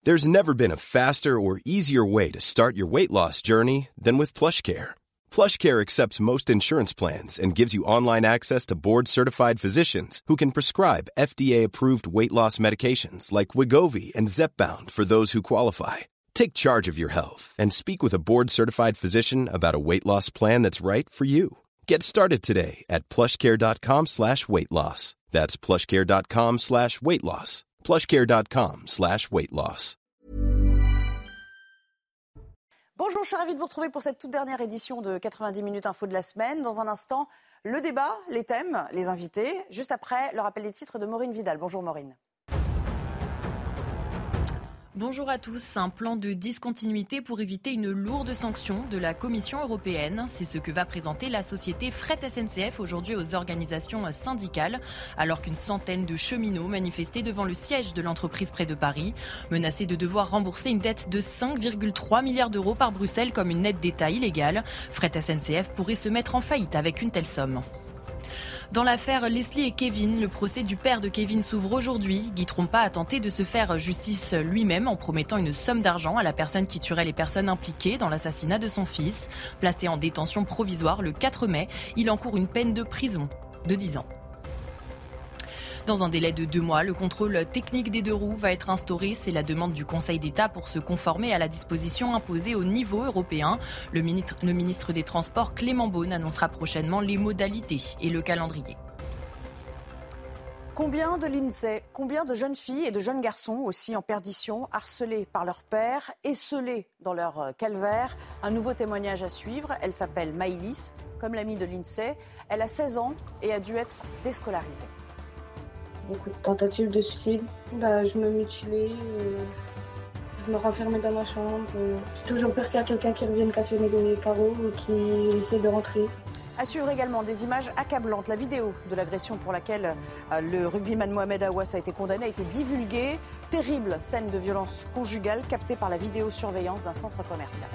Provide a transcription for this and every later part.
There's never been a faster or easier way to start your weight loss journey than with PlushCare. PlushCare accepts most insurance plans and gives you online access to board-certified physicians who can prescribe FDA-approved weight loss medications like Wegovy and Zepbound for those who qualify. Take charge of your health and speak with a board-certified physician about a weight loss plan that's right for you. Get started today at plushcare.com/weight loss. That's plushcare.com/weight loss. plushcare.com/weight loss. Bonjour, je suis ravie de vous retrouver pour cette toute dernière édition de 90 minutes info de la semaine. Dans un instant, le débat, les thèmes, les invités. Juste après, le rappel des titres de Maureen Vidal. Bonjour Maureen. Bonjour à tous. Un plan de discontinuité pour éviter une lourde sanction de la Commission européenne. C'est ce que va présenter la société Fret SNCF aujourd'hui aux organisations syndicales, alors qu'une centaine de cheminots manifestaient devant le siège de l'entreprise près de Paris, menacés de devoir rembourser une dette de 5,3 milliards d'euros par Bruxelles comme une aide d'État illégale. Fret SNCF pourrait se mettre en faillite avec une telle somme. Dans l'affaire Leslie et Kevin, le procès du père de Kevin s'ouvre aujourd'hui. Guy Trompa a tenté de se faire justice lui-même en promettant une somme d'argent à la personne qui tuerait les personnes impliquées dans l'assassinat de son fils. Placé en détention provisoire le 4 mai, il encourt une peine de prison de 10 ans. Dans un délai de 2 mois, le contrôle technique des 2 roues va être instauré. C'est la demande du Conseil d'État pour se conformer à la disposition imposée au niveau européen. Le ministre des Transports, Clément Beaune, annoncera prochainement les modalités et le calendrier. Combien de l'INSEE, combien de jeunes filles et de jeunes garçons aussi en perdition, harcelés par leur père, esseulés dans leur calvaire. Un nouveau témoignage à suivre. Elle s'appelle Maïlis, comme l'amie de l'INSEE. Elle a 16 ans et a dû être déscolarisée. Beaucoup de tentatives de suicide. Je me mutilais, je me renfermais dans ma chambre. J'ai toujours peur qu'il y ait quelqu'un qui revienne casser mes carreaux ou qui essaie de rentrer. À suivre également des images accablantes. La vidéo de l'agression pour laquelle le rugbyman Mohamed Aouas a été condamné a été divulguée. Terrible scène de violence conjugale captée par la vidéosurveillance d'un centre commercial.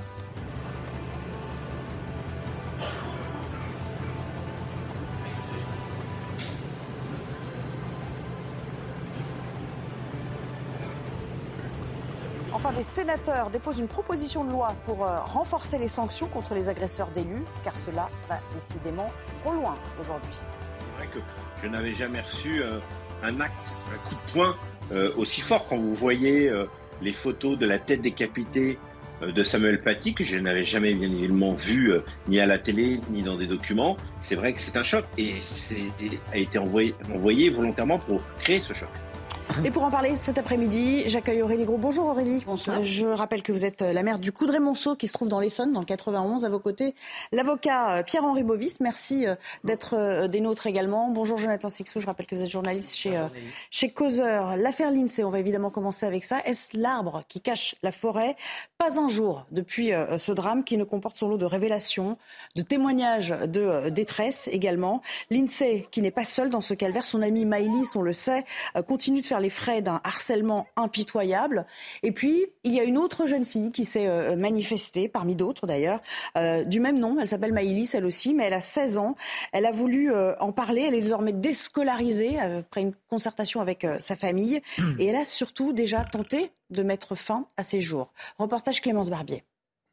Enfin, des sénateurs déposent une proposition de loi pour renforcer les sanctions contre les agresseurs d'élus, car cela va décidément trop loin aujourd'hui. C'est vrai que je n'avais jamais reçu un coup de poing aussi fort. Quand vous voyez les photos de la tête décapitée de Samuel Paty, que je n'avais jamais bien évidemment vu ni à la télé, ni dans des documents, c'est vrai que c'est un choc et a été envoyé volontairement pour créer ce choc. Et pour en parler cet après-midi, j'accueille Aurélie Gros. Bonjour Aurélie. Bonsoir. Je rappelle que vous êtes la maire du Coudray-Monceau qui se trouve dans l'Essonne, dans le 91. À vos côtés, l'avocat Pierre-Henri Bovis. Merci d'être des nôtres également. Bonjour Jonathan Sixou. Je rappelle que vous êtes journaliste chez Causeur. L'affaire l'INSEE, on va évidemment commencer avec ça. Est-ce l'arbre qui cache la forêt ? Pas un jour depuis ce drame qui ne comporte son lot de révélations, de témoignages de détresse également. L'INSEE qui n'est pas seul dans ce calvaire. Son amie Maïlis, on le sait, continue de faire les frais d'un harcèlement impitoyable. Et puis, il y a une autre jeune fille qui s'est manifestée, parmi d'autres d'ailleurs, du même nom. Elle s'appelle Maïlis, elle aussi, mais elle a 16 ans. Elle a voulu en parler. Elle est désormais déscolarisée après une concertation avec sa famille. Et elle a surtout déjà tenté de mettre fin à ses jours. Reportage Clémence Barbier.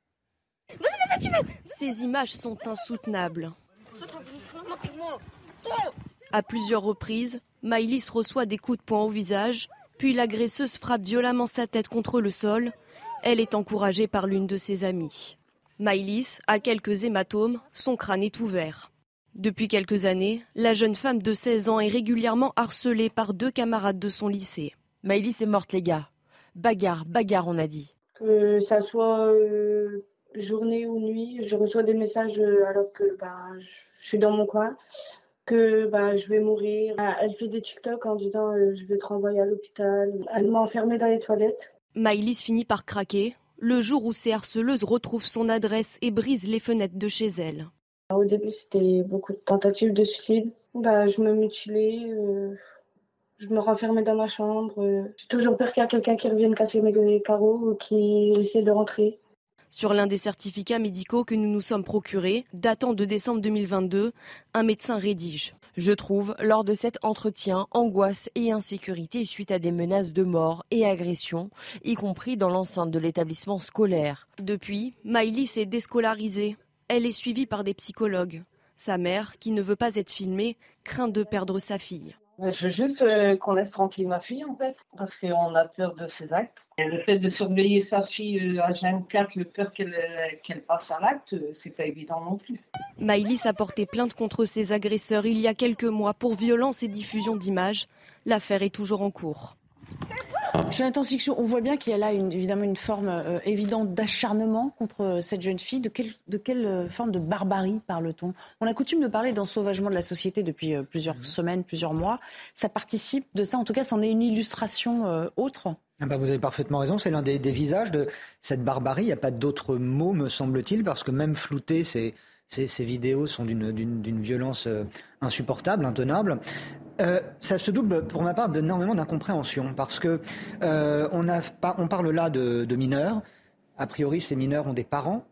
Ces images sont insoutenables. À plusieurs reprises, Maïlis reçoit des coups de poing au visage, puis l'agresseuse frappe violemment sa tête contre le sol. Elle est encouragée par l'une de ses amies. Maïlis a quelques hématomes, son crâne est ouvert. Depuis quelques années, la jeune femme de 16 ans est régulièrement harcelée par 2 camarades de son lycée. Maïlis est morte, les gars. Bagarre, on a dit. Que ça soit journée ou nuit, je reçois des messages alors que je suis dans mon coin. Que je vais mourir. Elle fait des TikTok en disant je vais te renvoyer à l'hôpital. Elle m'a enfermée dans les toilettes. Maïlis finit par craquer le jour où ces harceleuses retrouvent son adresse et brisent les fenêtres de chez elle. Au début, c'était beaucoup de tentatives de suicide. Je me mutilais, je me renfermais dans ma chambre. J'ai toujours peur qu'il y ait quelqu'un qui revienne casser mes carreaux ou qui essaie de rentrer. Sur l'un des certificats médicaux que nous nous sommes procurés, datant de décembre 2022, un médecin rédige. Je trouve, lors de cet entretien, angoisse et insécurité suite à des menaces de mort et agressions, y compris dans l'enceinte de l'établissement scolaire. Depuis, Maïlys est déscolarisée. Elle est suivie par des psychologues. Sa mère, qui ne veut pas être filmée, craint de perdre sa fille. Je veux juste qu'on laisse tranquille ma fille, en fait, parce qu'on a peur de ses actes. Et le fait de surveiller sa fille à 24, le peur qu'elle passe à l'acte, c'est pas évident non plus. Maïlys a porté plainte contre ses agresseurs il y a quelques mois pour violence et diffusion d'images. L'affaire est toujours en cours. Jonathan Sicsou, on voit bien qu'il y a là évidemment une forme évidente d'acharnement contre cette jeune fille. De quelle forme de barbarie parle-t-on ? On a coutume de parler d'ensauvagement de la société depuis plusieurs semaines, plusieurs mois. Ça participe de ça, en tout cas, c'en est une illustration autre. Vous avez parfaitement raison, c'est l'un des visages de cette barbarie. Il n'y a pas d'autre mot, me semble-t-il, parce que même flouter, ces vidéos sont d'une violence insupportable, intenable. Ça se double, pour ma part, d'énormément d'incompréhension, parce que on parle là de mineurs. A priori, ces mineurs ont des parents.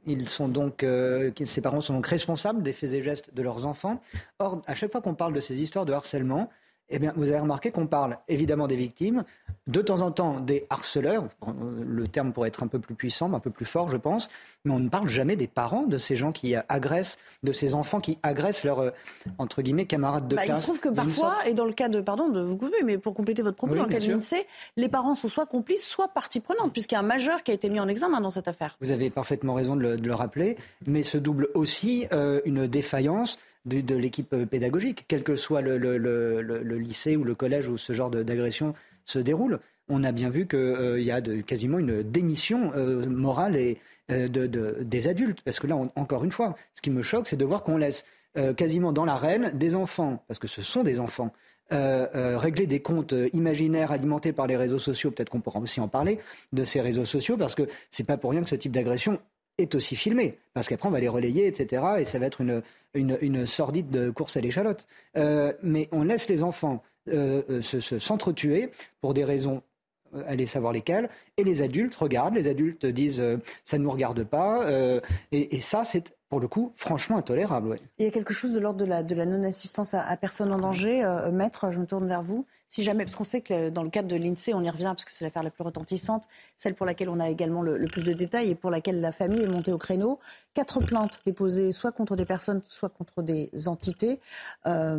Ces parents sont donc responsables des faits et gestes de leurs enfants. Or, à chaque fois qu'on parle de ces histoires de harcèlement, eh bien, vous avez remarqué qu'on parle évidemment des victimes, de temps en temps des harceleurs, le terme pourrait être un peu plus puissant, un peu plus fort je pense, mais on ne parle jamais des parents de ces gens qui agressent, de ces enfants qui agressent leurs, entre guillemets, camarades de classe. Il se trouve que parfois, et dans le cas de, pardon de vous couper, mais pour compléter votre propos, dans le cas de l'INSEE, les parents sont soit complices, soit partie prenante, puisqu'il y a un majeur qui a été mis en examen dans cette affaire. Vous avez parfaitement raison de le rappeler, mais se double aussi une défaillance de l'équipe pédagogique, quel que soit le lycée ou le collège où ce genre d'agression se déroule. On a bien vu qu'il y a quasiment une démission morale des adultes. Parce que là, encore une fois, ce qui me choque, c'est de voir qu'on laisse quasiment dans l'arène des enfants, parce que ce sont des enfants, régler des comptes imaginaires alimentés par les réseaux sociaux. Peut-être qu'on pourra aussi en parler de ces réseaux sociaux, parce que c'est pas pour rien que ce type d'agression est aussi filmé, parce qu'après on va les relayer, etc. Et ça va être une sordide de course à l'échalote. Mais on laisse les enfants s'entretuer pour des raisons, allez savoir lesquelles, et les adultes regardent, les adultes disent ça ne nous regarde pas, et ça c'est pour le coup franchement intolérable. Ouais. Il y a quelque chose de l'ordre de la non-assistance à personne en danger. Maître, je me tourne vers vous. Si jamais, parce qu'on sait que dans le cadre de l'INSEE, on y revient parce que c'est l'affaire la plus retentissante, celle pour laquelle on a également le plus de détails et pour laquelle la famille est montée au créneau. 4 plaintes déposées soit contre des personnes, soit contre des entités. Là,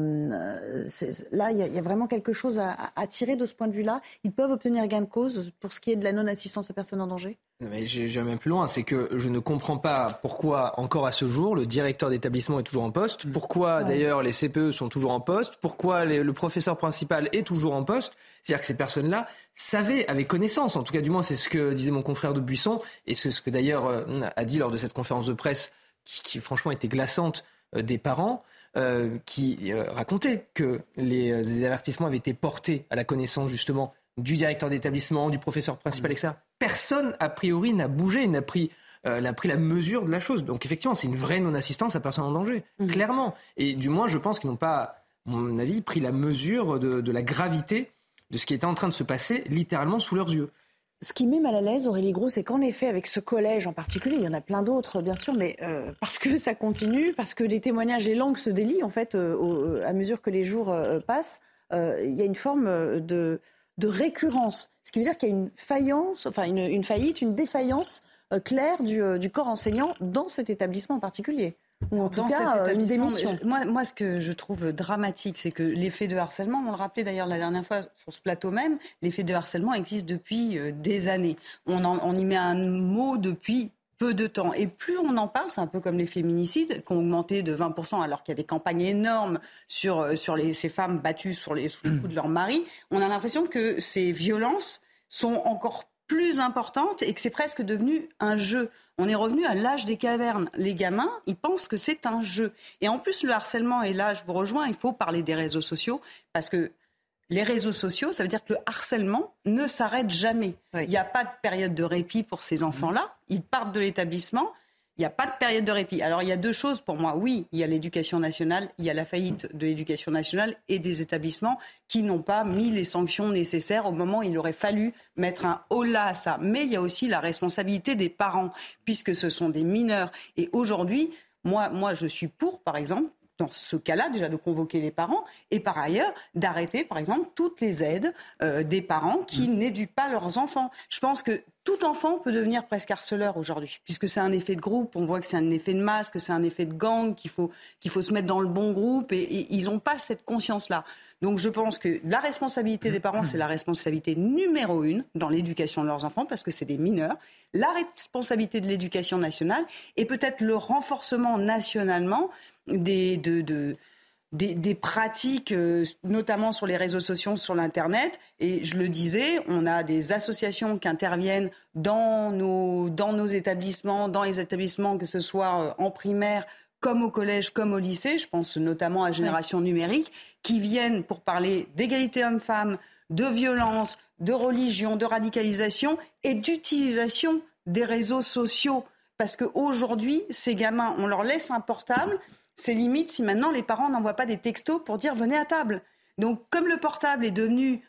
il y a vraiment quelque chose à tirer de ce point de vue-là. Ils peuvent obtenir gain de cause pour ce qui est de la non-assistance à personne en danger ? Mais j'ai même plus loin, c'est que je ne comprends pas pourquoi, encore à ce jour, le directeur d'établissement est toujours en poste, pourquoi d'ailleurs les CPE sont toujours en poste, pourquoi le professeur principal est toujours en poste. C'est-à-dire que ces personnes-là avaient connaissance, en tout cas du moins c'est ce que disait mon confrère de Buisson, et c'est ce que d'ailleurs a dit lors de cette conférence de presse, qui franchement était glaçante, des parents, qui racontaient que les avertissements avaient été portés à la connaissance justement du directeur d'établissement, du professeur principal, etc. Personne, a priori, n'a bougé, n'a pris la mesure de la chose. Donc effectivement, c'est une vraie non-assistance à personne en danger, clairement. Et du moins, je pense qu'ils n'ont pas, à mon avis, pris la mesure de la gravité de ce qui était en train de se passer littéralement sous leurs yeux. Ce qui met mal à l'aise, Aurélie Gros, c'est qu'en effet, avec ce collège en particulier, il y en a plein d'autres, bien sûr, mais parce que ça continue, parce que les témoignages, les langues se délient, en fait, à mesure que les jours passent, il y a une forme de récurrence. Ce qui veut dire qu'il y a une faillance, enfin une faillite, une défaillance claire du corps enseignant dans cet établissement en particulier. Ou en tout cas, une démission. Moi, ce que je trouve dramatique, c'est que les faits de harcèlement, on le rappelait d'ailleurs la dernière fois sur ce plateau même, les faits de harcèlement existent depuis des années. On y met un mot depuis peu de temps. Et plus on en parle, c'est un peu comme les féminicides qui ont augmenté de 20% alors qu'il y a des campagnes énormes sur ces femmes battues sous les coups de leur mari. On a l'impression que ces violences sont encore plus importantes et que c'est presque devenu un jeu. On est revenu à l'âge des cavernes. Les gamins, ils pensent que c'est un jeu. Et en plus, le harcèlement, et là, je vous rejoins, il faut parler des réseaux sociaux parce que les réseaux sociaux, ça veut dire que le harcèlement ne s'arrête jamais. Oui. Il n'y a pas de période de répit pour ces enfants-là. Ils partent de l'établissement, Il n'y a pas de période de répit. Alors, il y a deux choses pour moi. Oui, il y a l'éducation nationale, il y a la faillite de l'éducation nationale et des établissements qui n'ont pas mis les sanctions nécessaires au moment où il aurait fallu mettre un holà à ça. Mais il y a aussi la responsabilité des parents, puisque ce sont des mineurs. Et aujourd'hui, moi, je suis pour, par exemple, dans ce cas-là, déjà de convoquer les parents et par ailleurs d'arrêter, par exemple, toutes les aides des parents qui n'éduquent pas leurs enfants. Je pense que tout enfant peut devenir presque harceleur aujourd'hui, puisque c'est un effet de groupe, on voit que c'est un effet de masse, que c'est un effet de gang, qu'il faut se mettre dans le bon groupe et ils n'ont pas cette conscience-là. Donc je pense que la responsabilité des parents, c'est la responsabilité numéro 1 dans l'éducation de leurs enfants, parce que c'est des mineurs. La responsabilité de l'éducation nationale et peut-être le renforcement nationalement des pratiques, notamment sur les réseaux sociaux, sur l'Internet. Et je le disais, on a des associations qui interviennent dans nos établissements, dans les établissements, que ce soit en primaire, comme au collège, comme au lycée. Je pense notamment à Génération Numérique, qui viennent pour parler d'égalité homme-femme, de violence, de religion, de radicalisation et d'utilisation des réseaux sociaux. Parce qu'aujourd'hui, ces gamins, on leur laisse un portable. C'est limite si maintenant les parents n'envoient pas des textos pour dire « venez à table ». Donc comme le portable est devenu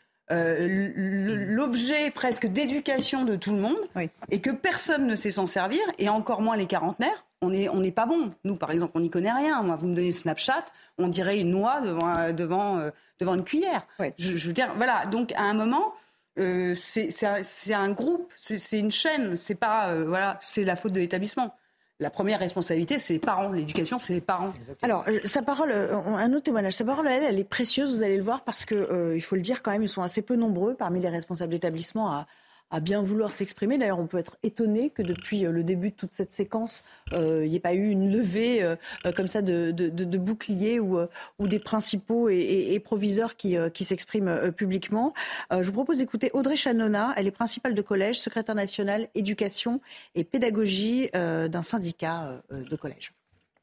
l'objet presque d'éducation de tout le monde, et que personne ne sait s'en servir, et encore moins les quarantenaires, on n'est pas bon. Nous, par exemple, on n'y connaît rien. Moi, vous me donnez Snapchat, on dirait une noix devant une cuillère. Je veux dire, voilà. Donc à un moment, c'est un groupe, c'est une chaîne. C'est pas c'est la faute de l'établissement. La première responsabilité, c'est les parents. L'éducation, c'est les parents. Alors, sa parole, un autre témoignage. Sa parole, elle est précieuse, vous allez le voir, parce que il faut le dire quand même, ils sont assez peu nombreux parmi les responsables d'établissement à bien vouloir s'exprimer. D'ailleurs, on peut être étonné que depuis le début de toute cette séquence, il n'y ait pas eu une levée comme ça de boucliers ou des principaux et proviseurs qui s'expriment publiquement. Je vous propose d'écouter Audrey Chanona. Elle est principale de collège, secrétaire nationale éducation et pédagogie d'un syndicat de collège.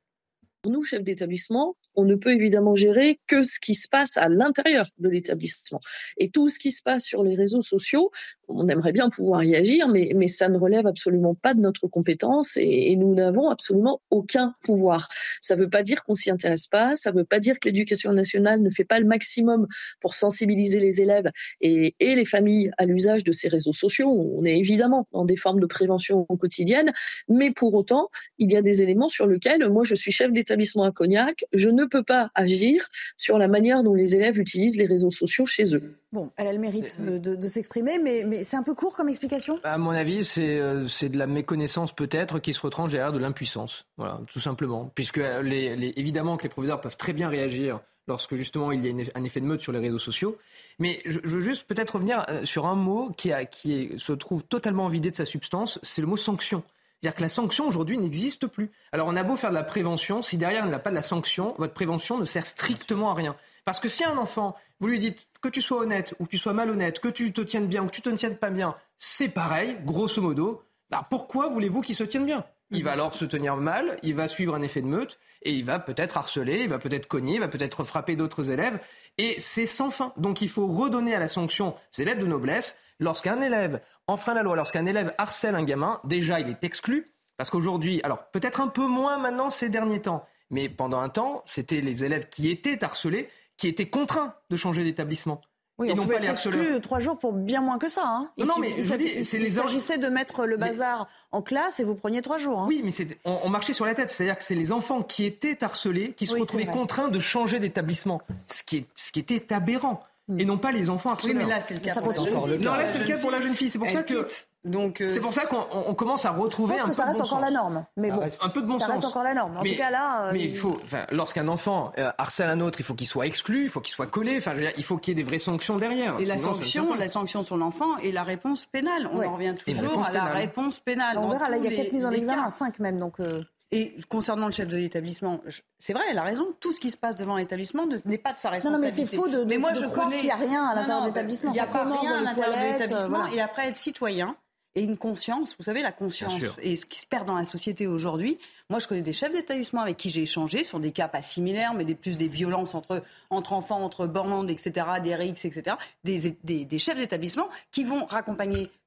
Pour nous, chefs d'établissement, on ne peut évidemment gérer que ce qui se passe à l'intérieur de l'établissement. Et tout ce qui se passe sur les réseaux sociaux, on aimerait bien pouvoir y agir, mais ça ne relève absolument pas de notre compétence et nous n'avons absolument aucun pouvoir. Ça ne veut pas dire qu'on s'y intéresse pas, ça ne veut pas dire que l'éducation nationale ne fait pas le maximum pour sensibiliser les élèves et les familles à l'usage de ces réseaux sociaux. On est évidemment dans des formes de prévention quotidienne, mais pour autant, il y a des éléments sur lesquels, moi je suis chef d'établissement à Cognac, je ne peux pas agir sur la manière dont les élèves utilisent les réseaux sociaux chez eux. Bon, elle a le mérite de s'exprimer, mais c'est un peu court comme explication. À mon avis, c'est de la méconnaissance peut-être qui se retranche derrière de l'impuissance. Voilà, tout simplement. Puisque évidemment que les proviseurs peuvent très bien réagir lorsque justement il y a un effet de meute sur les réseaux sociaux. Mais je veux juste peut-être revenir sur un mot qui se trouve totalement vidé de sa substance, c'est le mot sanction. C'est-à-dire que la sanction aujourd'hui n'existe plus. Alors on a beau faire de la prévention, si derrière il n'y a pas de la sanction, votre prévention ne sert strictement à rien. Parce que si un enfant, vous lui dites que tu sois honnête ou que tu sois malhonnête, que tu te tiennes bien ou que tu te tiennes pas bien, c'est pareil, grosso modo, pourquoi voulez-vous qu'il se tienne bien ? Il va alors se tenir mal, il va suivre un effet de meute et il va peut-être harceler, il va peut-être cogner, il va peut-être frapper d'autres élèves et c'est sans fin. Donc il faut redonner à la sanction ses lettres de noblesse. Lorsqu'un élève enfreint la loi, lorsqu'un élève harcèle un gamin, déjà il est exclu parce qu'aujourd'hui, alors peut-être un peu moins maintenant ces derniers temps, mais pendant un temps, c'était les élèves qui étaient harcelés qui étaient contraints de changer d'établissement. Oui, on pouvait être exclu 3 jours pour bien moins que ça. Hein. Non, mais je dis, il s'agissait de mettre le bazar en classe et vous preniez 3 jours. Hein. Oui, mais on marchait sur la tête. C'est-à-dire que c'est les enfants qui étaient harcelés qui se retrouvaient contraints de changer d'établissement. Ce qui était aberrant. Et non pas les enfants harceleurs. Oui, mais là, c'est le cas pour la jeune fille. Non, là, c'est le cas pour la jeune fille. C'est pour ça que... c'est pour ça qu'on commence à retrouver un peu de bon sens. Je pense que ça reste encore la norme. Mais bon, un peu de bon sens. Ça reste encore la norme. En tout cas, là... Mais lorsqu'un enfant harcèle un autre, il faut qu'il soit exclu, il faut qu'il soit collé. Enfin, je veux dire, il faut qu'il y ait des vraies sanctions derrière. Et la sanction sur l'enfant et la réponse pénale. On en revient toujours à la réponse pénale. On verra, là, il y a 4 mises en examen, 5 même, donc... Et concernant le chef de l'établissement, c'est vrai, elle a raison, tout ce qui se passe devant l'établissement n'est pas de sa responsabilité. Non, mais c'est faux de croire qu'il n'y a rien à l'intérieur de l'établissement. Il n'y a pas rien à l'intérieur de l'établissement. Et après, être citoyen et une conscience, vous savez, la conscience et ce qui se perd dans la société aujourd'hui. Moi, je connais des chefs d'établissement avec qui j'ai échangé sur des cas pas similaires, mais plus des violences entre enfants, entre bandes, etc., des rixes, etc., des chefs d'établissement qui vont raccompagner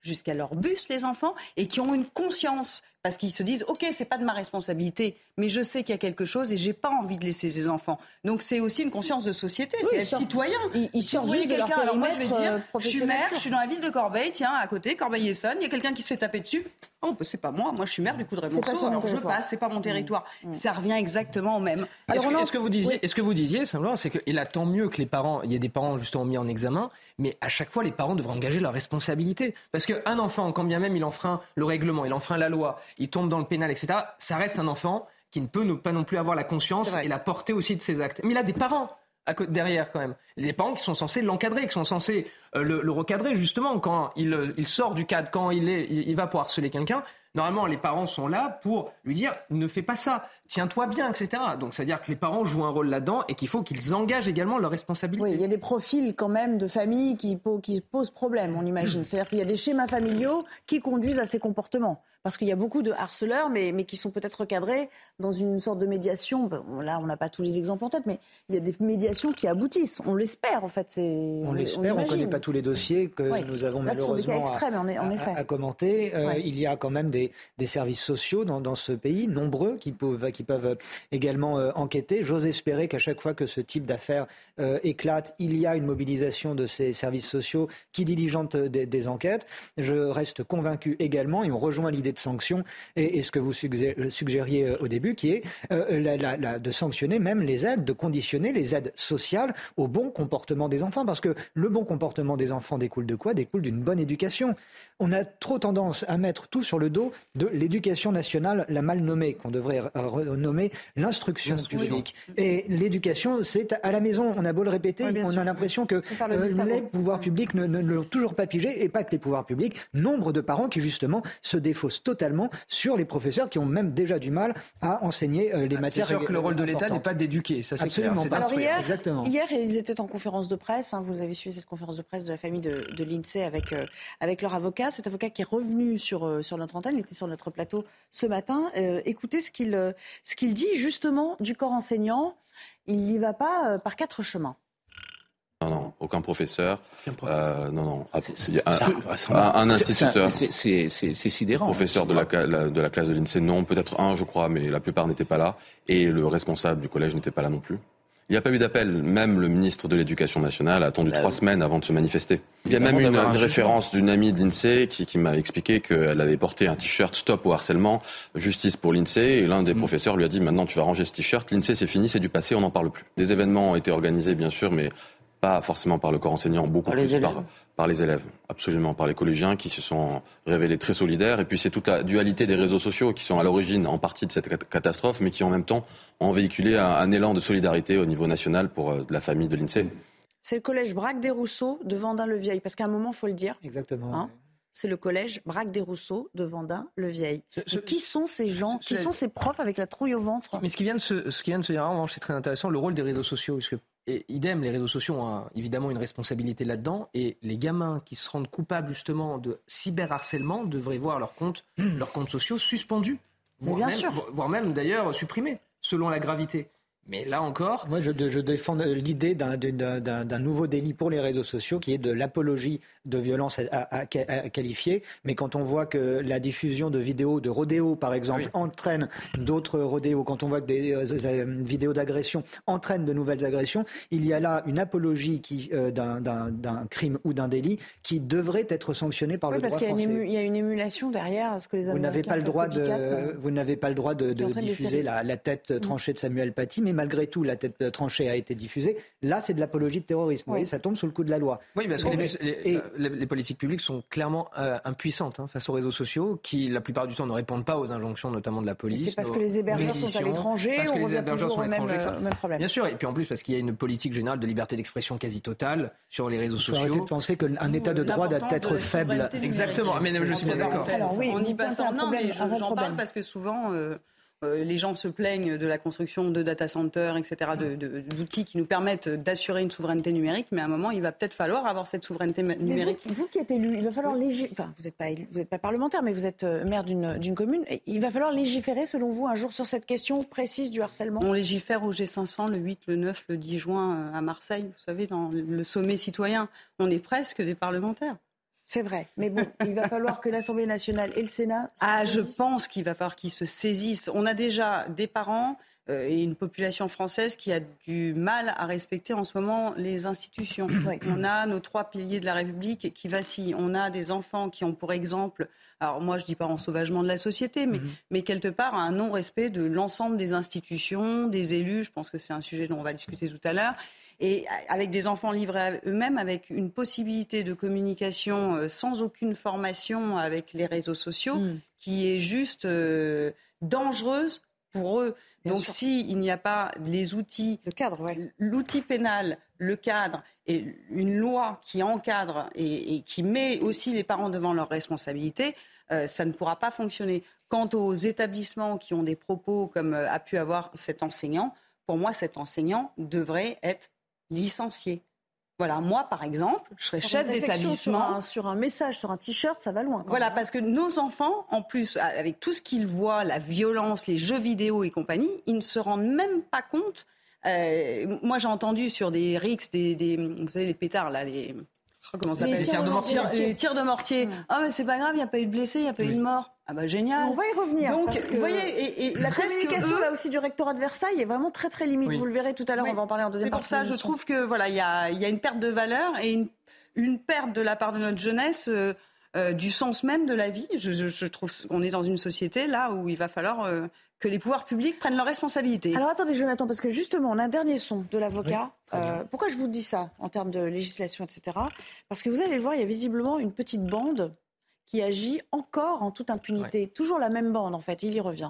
jusqu'à leur bus, les enfants, et qui ont une conscience. Parce qu'ils se disent, ok, c'est pas de ma responsabilité, mais je sais qu'il y a quelque chose et j'ai pas envie de laisser ces enfants. Donc c'est aussi une conscience de société, c'est être citoyen. Ils sortent juste de leur périmètre. Alors moi je vais dire, je suis maire, je suis dans la ville de Corbeil, tiens, à côté, Corbeil-Essonnes, il y a quelqu'un qui se fait taper dessus. Oh, bah, c'est pas moi je suis maire du Coudray-Montceau, alors je passe, c'est pas mon territoire. Ça revient exactement au même. Alors, est-ce que vous disiez simplement, c'est qu'il a tant mieux que les parents, il y a des parents justement mis en examen, mais à chaque fois les parents devraient engager leur responsabilité. Parce qu'un enfant, quand bien même il enfreint le règlement, il enfreint la loi, il tombe dans le pénal, etc., ça reste un enfant qui ne peut pas non plus avoir la conscience et la portée aussi de ses actes. Mais il a des parents derrière quand même. Des parents qui sont censés l'encadrer, qui sont censés le recadrer justement quand il sort du cadre, quand il va pour harceler quelqu'un. Normalement, les parents sont là pour lui dire « ne fais pas ça, tiens-toi bien », etc. Donc, c'est-à-dire que les parents jouent un rôle là-dedans et qu'il faut qu'ils engagent également leurs responsabilités. Oui, il y a des profils quand même de familles qui posent problème, on imagine. C'est-à-dire qu'il y a des schémas familiaux qui conduisent à ces comportements. Parce qu'il y a beaucoup de harceleurs, mais qui sont peut-être recadrés dans une sorte de médiation. Bon, là, on n'a pas tous les exemples en tête, mais il y a des médiations qui aboutissent. On l'espère, en fait. On l'espère, on ne connaît pas tous les dossiers que nous avons malheureusement des cas extrêmes, à commenter. Il y a quand même des services sociaux dans ce pays, nombreux, qui peuvent également enquêter. J'ose espérer qu'à chaque fois que ce type d'affaires éclate, il y a une mobilisation de ces services sociaux qui diligentent des enquêtes. Je reste convaincu également, et on rejoint l'idée de sanctions et ce que vous suggériez au début, qui est de sanctionner même les aides, de conditionner les aides sociales au bon comportement des enfants. Parce que le bon comportement des enfants découle de quoi ? Découle d'une bonne éducation. On a trop tendance à mettre tout sur le dos de l'éducation nationale, la mal nommée, qu'on devrait renommer l'instruction publique. Et l'éducation, c'est à la maison. On a beau le répéter, on a l'impression que les pouvoirs publics ne l'ont toujours pas pigé, et pas que les pouvoirs publics. Nombre de parents qui, justement, se défaussent totalement sur les professeurs qui ont même déjà du mal à enseigner les matières. C'est sûr que le rôle de l'État n'est pas d'éduquer, ça c'est absolument clair. Pas. Alors hier, ils étaient en conférence de presse. Vous avez suivi cette conférence de presse de la famille de l'INSEE avec leur avocat. Cet avocat qui est revenu sur notre antenne, il était sur notre plateau ce matin. Écoutez ce qu'il dit justement du corps enseignant. Il n'y va pas par quatre chemins. Non, aucun professeur. Non. Un instituteur. C'est sidérant. Professeur de la classe de l'INSEE, non. Peut-être un, je crois, mais la plupart n'étaient pas là. Et le responsable du collège n'était pas là non plus. Il n'y a pas eu d'appel. Même le ministre de l'Éducation nationale a attendu 3 semaines avant de se manifester. Il y a même une référence d'une amie de l'INSEE qui m'a expliqué qu'elle avait porté un t-shirt « Stop au harcèlement, justice pour l'INSEE ». Et l'un des professeurs lui a dit « Maintenant, tu vas ranger ce t-shirt. L'INSEE, c'est fini, c'est du passé, on n'en parle plus ». Des événements ont été organisés, bien sûr, mais pas forcément par le corps enseignant, beaucoup plus par les élèves, absolument, par les collégiens qui se sont révélés très solidaires. Et puis c'est toute la dualité des réseaux sociaux qui sont à l'origine en partie de cette catastrophe, mais qui en même temps ont véhiculé un élan de solidarité au niveau national pour la famille de l'INSEE. C'est le collège Braque-des-Rousseaux de Vendin-le-Vieil, parce qu'à un moment, il faut le dire. Exactement. C'est le collège Braque-des-Rousseaux de Vendin-le-Vieil. Qui sont ces gens, qui sont ces profs avec la trouille au ventre ? Mais ce qui vient de se dire, en revanche, c'est très intéressant, le rôle des réseaux sociaux. Parce que, et idem, les réseaux sociaux ont évidemment une responsabilité là-dedans. Et les gamins qui se rendent coupables justement de cyberharcèlement devraient voir leurs comptes sociaux suspendus. Voire même d'ailleurs supprimés, selon la gravité. Mais là encore... Moi, je défends l'idée d'un nouveau délit pour les réseaux sociaux qui est de l'apologie de violence à qualifier. Mais quand on voit que la diffusion de vidéos de rodéo, par exemple, entraîne d'autres rodéos, quand on voit que des vidéos d'agression entraînent de nouvelles agressions, il y a là une apologie d'un crime ou d'un délit qui devrait être sanctionné par le droit français. Parce qu'il y a une émulation derrière ce que les Américains vous n'avez pas le droit de diffuser la tête tranchée de Samuel Paty, mais malgré tout, la tête tranchée a été diffusée. Là, c'est de l'apologie de terrorisme. Vous voyez, ça tombe sous le coup de la loi. Oui, parce que les politiques publiques sont clairement impuissantes face aux réseaux sociaux qui, la plupart du temps, ne répondent pas aux injonctions, notamment de la police. C'est parce que les hébergeurs sont à l'étranger, on revient toujours au même problème. Bien sûr, et puis en plus, parce qu'il y a une politique générale de liberté d'expression quasi totale sur les réseaux sociaux. Il faut arrêter de penser qu'un état de droit doit être faible. Exactement, mais je suis bien d'accord. Alors oui, on y passe un problème. J'en parle parce que souvent... les gens se plaignent de la construction de data centers, etc., d'outils qui nous permettent d'assurer une souveraineté numérique, mais à un moment, il va peut-être falloir avoir cette souveraineté numérique. Vous qui êtes élu, il va falloir enfin, vous n'êtes pas parlementaire, mais vous êtes maire d'une commune. Et il va falloir légiférer, selon vous, un jour sur cette question précise du harcèlement. On légifère au G500 le 8, le 9, le 10 juin à Marseille, vous savez, dans le sommet citoyen. On est presque des parlementaires. C'est vrai, mais bon, il va falloir que l'Assemblée nationale et le Sénat se saisissent. Je pense qu'il va falloir qu'ils se saisissent. On a déjà des parents et une population française qui a du mal à respecter en ce moment les institutions. Oui. On a nos 3 piliers de la République qui vacillent. On a des enfants qui ont pour exemple, alors moi je ne dis pas ensauvagement de la société, mais quelque part un non-respect de l'ensemble des institutions, des élus. Je pense que c'est un sujet dont on va discuter tout à l'heure. Et avec des enfants livrés à eux-mêmes, avec une possibilité de communication sans aucune formation avec les réseaux sociaux, qui est juste dangereuse pour eux. Bien Donc s'il n'y a pas les outils, le cadre, l'outil pénal, le cadre et une loi qui encadre et qui met aussi les parents devant leurs responsabilités, ça ne pourra pas fonctionner. Quant aux établissements qui ont des propos comme a pu avoir cet enseignant, pour moi cet enseignant devrait être licencié. Voilà, moi par exemple, je serais chef d'établissement. Sur un message, sur un t-shirt, ça va loin. Voilà, parce que nos enfants, en plus, avec tout ce qu'ils voient, la violence, les jeux vidéo et compagnie, ils ne se rendent même pas compte. Moi j'ai entendu sur des rixes, vous savez les pétards là, comment ça s'appelle ? Les tirs de mortier. Les tirs de mortier. Mais c'est pas grave, il n'y a pas eu de blessés, il n'y a pas eu de mort. Ah bah génial. On va y revenir. Donc, parce que vous voyez, et la communication là aussi du rectorat de Versailles est vraiment très très limite. Vous le verrez tout à l'heure, on va en parler en deuxième partie. C'est pour ça, je trouve que voilà, il y a une perte de valeur et une perte de la part de notre jeunesse du sens même de la vie. Je trouve qu'on est dans une société là où il va falloir que les pouvoirs publics prennent leurs responsabilités. Alors attendez Jonathan, parce que justement on a un dernier son de l'avocat. Pourquoi je vous dis ça en termes de législation, etc. Parce que vous allez le voir, il y a visiblement une petite bande qui agit encore en toute impunité. Toujours la même bande en fait, il y revient.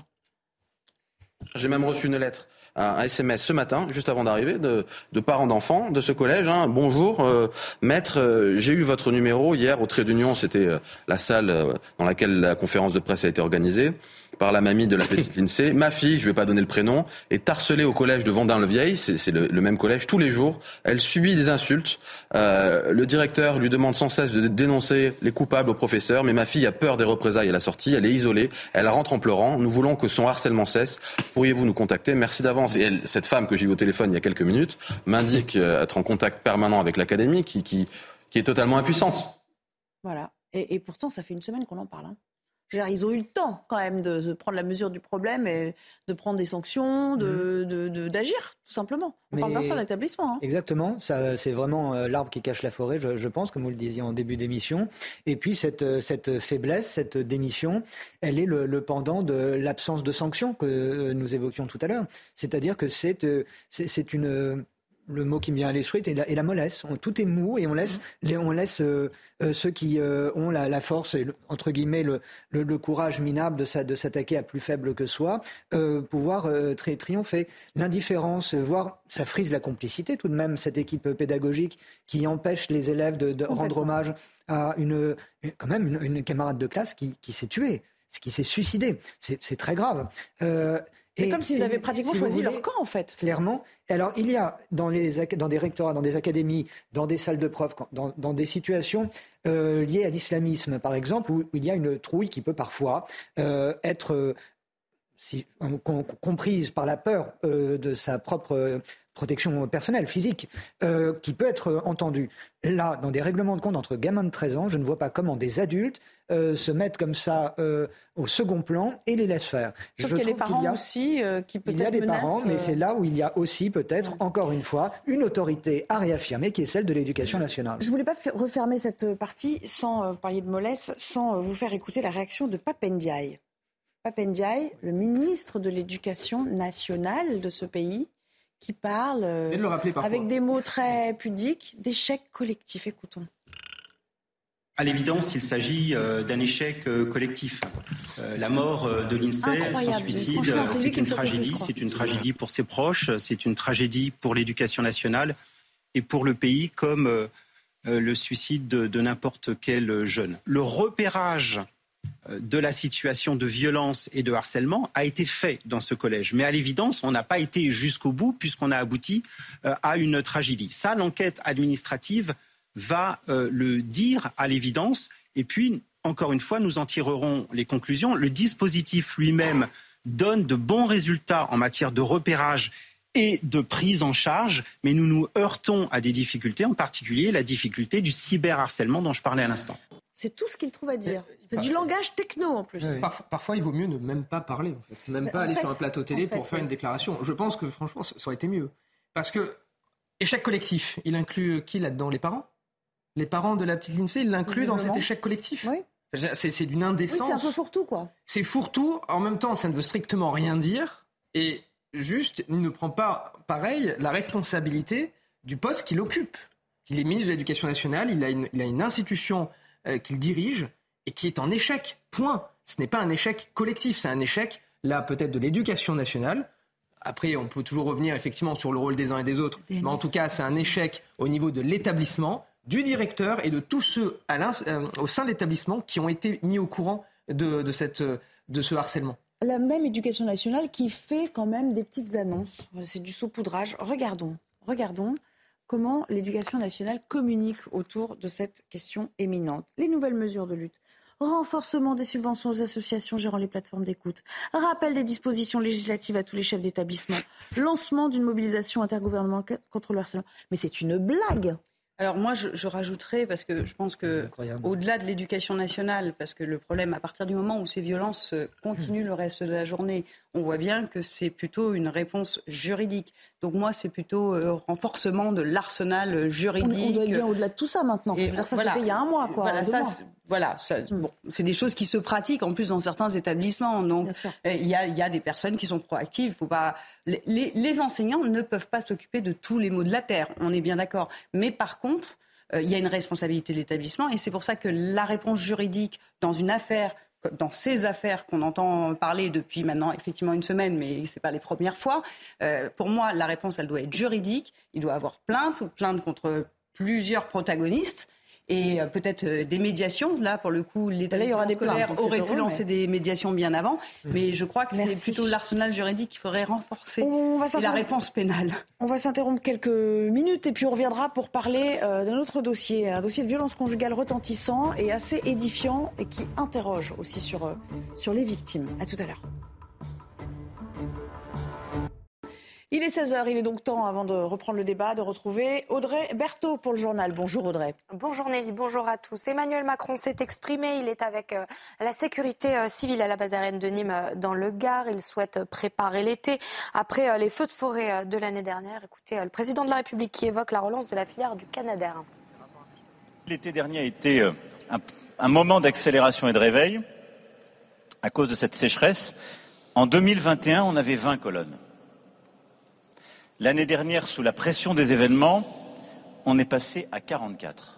J'ai même reçu une lettre, un SMS ce matin, juste avant d'arriver, de parents d'enfants de ce collège. Bonjour, maître, j'ai eu votre numéro hier au Trait d'Union, c'était la salle dans laquelle la conférence de presse a été organisée, par la mamie de la petite Lindsay. Ma fille, je ne vais pas donner le prénom, est harcelée au collège de Vendin-le-Vieil, c'est le même collège, tous les jours. Elle subit des insultes. Le directeur lui demande sans cesse de dénoncer les coupables au professeur, mais ma fille a peur des représailles à la sortie, elle est isolée, elle rentre en pleurant. Nous voulons que son harcèlement cesse. Pourriez-vous nous contacter ? Merci d'avance. Et cette femme que j'ai eue au téléphone il y a quelques minutes m'indique être en contact permanent avec l'académie qui est totalement impuissante. Voilà. Et pourtant, ça fait une semaine qu'on en parle. Ils ont eu le temps quand même de prendre la mesure du problème et de prendre des sanctions, d'agir tout simplement. On parle d'un seul établissement. Exactement, ça, c'est vraiment l'arbre qui cache la forêt, je pense, comme vous le disiez en début d'émission. Et puis cette faiblesse, cette démission, elle est le pendant de l'absence de sanctions que nous évoquions tout à l'heure. C'est-à-dire que c'est une... Le mot qui me vient à l'esprit est la mollesse. Tout est mou et on laisse ceux qui ont la force et entre guillemets le courage minable de s'attaquer à plus faible que soi pouvoir triompher. L'indifférence, voire ça frise la complicité tout de même, cette équipe pédagogique qui empêche les élèves de rendre hommage à une camarade de classe qui s'est tuée, qui s'est suicidée. C'est très grave. C'est comme s'ils avaient pratiquement choisi leur camp, en fait. Clairement. Et alors, il y a dans des rectorats, dans des académies, dans des salles de profs, dans des situations liées à l'islamisme, par exemple, où il y a une trouille qui peut parfois être comprise par la peur de sa propre protection personnelle, physique, qui peut être entendue. Là, dans des règlements de compte entre gamins de 13 ans, je ne vois pas comment des adultes se mettent comme ça au second plan et les laissent faire. Sauf qu'il y a les parents aussi qui peut-être menacent... Il y a des parents, mais c'est là où il y a aussi peut-être, encore une fois, une autorité à réaffirmer qui est celle de l'éducation nationale. Je ne voulais pas refermer cette partie sans, vous parliez de mollesse, sans vous faire écouter la réaction de Pape Ndiaye. Pape Ndiaye, le ministre de l'Éducation nationale de ce pays, qui parle avec des mots très pudiques d'échec collectif. Écoutons. À l'évidence, il s'agit d'un échec collectif. La mort de Lindsay, son suicide, c'est une tragédie. C'est une tragédie pour ses proches, c'est une tragédie pour l'éducation nationale et pour le pays, comme le suicide de n'importe quel jeune. Le repérage de la situation de violence et de harcèlement a été fait dans ce collège. Mais à l'évidence, on n'a pas été jusqu'au bout puisqu'on a abouti à une tragédie. Ça, l'enquête administrative va le dire à l'évidence. Et puis, encore une fois, nous en tirerons les conclusions. Le dispositif lui-même donne de bons résultats en matière de repérage et de prise en charge, mais nous nous heurtons à des difficultés, en particulier la difficulté du cyberharcèlement dont je parlais à l'instant. C'est tout ce qu'il trouve à dire. C'est du langage techno en plus. Parfois, il vaut mieux ne même pas parler, en fait. Même pas aller sur un plateau télé pour faire une déclaration. Je pense que franchement, ça aurait été mieux. Parce que échec collectif, il inclut qui là-dedans ? Les parents ? Les parents de la petite Lindsay, il l'inclut dans cet échec collectif ? Oui. C'est d'une indécence. Oui, c'est un peu fourre-tout, quoi. C'est fourre-tout. En même temps, ça ne veut strictement rien dire. Et juste, il ne prend pas, pareil, la responsabilité du poste qu'il occupe. Il est ministre de l'Éducation nationale, il a une institution qu'il dirige et qui est en échec. Point. Ce n'est pas un échec collectif, c'est un échec, là, peut-être de l'Éducation nationale. Après, on peut toujours revenir effectivement sur le rôle des uns et des autres. Mais en tout cas, c'est un échec au niveau de l'établissement, du directeur et de tous ceux au sein de l'établissement qui ont été mis au courant de ce harcèlement. La même Éducation nationale qui fait quand même des petites annonces. C'est du saupoudrage. Regardons comment l'Éducation nationale communique autour de cette question éminente. Les nouvelles mesures de lutte. Renforcement des subventions aux associations gérant les plateformes d'écoute. Rappel des dispositions législatives à tous les chefs d'établissement. Lancement d'une mobilisation intergouvernementale contre le harcèlement. Mais c'est une blague. Alors moi, je rajouterais, parce que je pense qu'au-delà de l'éducation nationale, parce que le problème, à partir du moment où ces violences continuent le reste de la journée, on voit bien que c'est plutôt une réponse juridique. Donc moi, c'est plutôt renforcement de l'arsenal juridique. On doit être bien au-delà de tout ça maintenant. Je veux dire, ça s'est fait il y a un mois, quoi. C'est des choses qui se pratiquent en plus dans certains établissements. Donc il y a des personnes qui sont proactives. Faut pas... les enseignants ne peuvent pas s'occuper de tous les maux de la terre, on est bien d'accord. Mais par contre, il y a une responsabilité de l'établissement et c'est pour ça que la réponse juridique dans ces affaires qu'on entend parler depuis maintenant effectivement une semaine, mais ce n'est pas les premières fois, pour moi, la réponse, elle doit être juridique. Il doit y avoir plainte contre plusieurs protagonistes. Et peut-être des médiations. Là, pour le coup, l'établissement scolaire aurait pu lancer des médiations bien avant. Mais je crois que c'est plutôt l'arsenal juridique qu'il faudrait renforcer et la réponse pénale. On va s'interrompre quelques minutes et puis on reviendra pour parler d'un autre dossier. Un dossier de violence conjugale retentissant et assez édifiant et qui interroge aussi sur les victimes. À tout à l'heure. Il est 16h, il est donc temps, avant de reprendre le débat, de retrouver Audrey Berthaud pour le journal. Bonjour Audrey. Bonjour Nelly, bonjour à tous. Emmanuel Macron s'est exprimé, il est avec la sécurité civile à la base aérienne de Nîmes dans le Gard. Il souhaite préparer l'été après les feux de forêt de l'année dernière. Écoutez, le président de la République qui évoque la relance de la filière du Canadair. L'été dernier a été un moment d'accélération et de réveil à cause de cette sécheresse. En 2021, on avait 20 colonnes. L'année dernière, sous la pression des événements, on est passé à 44.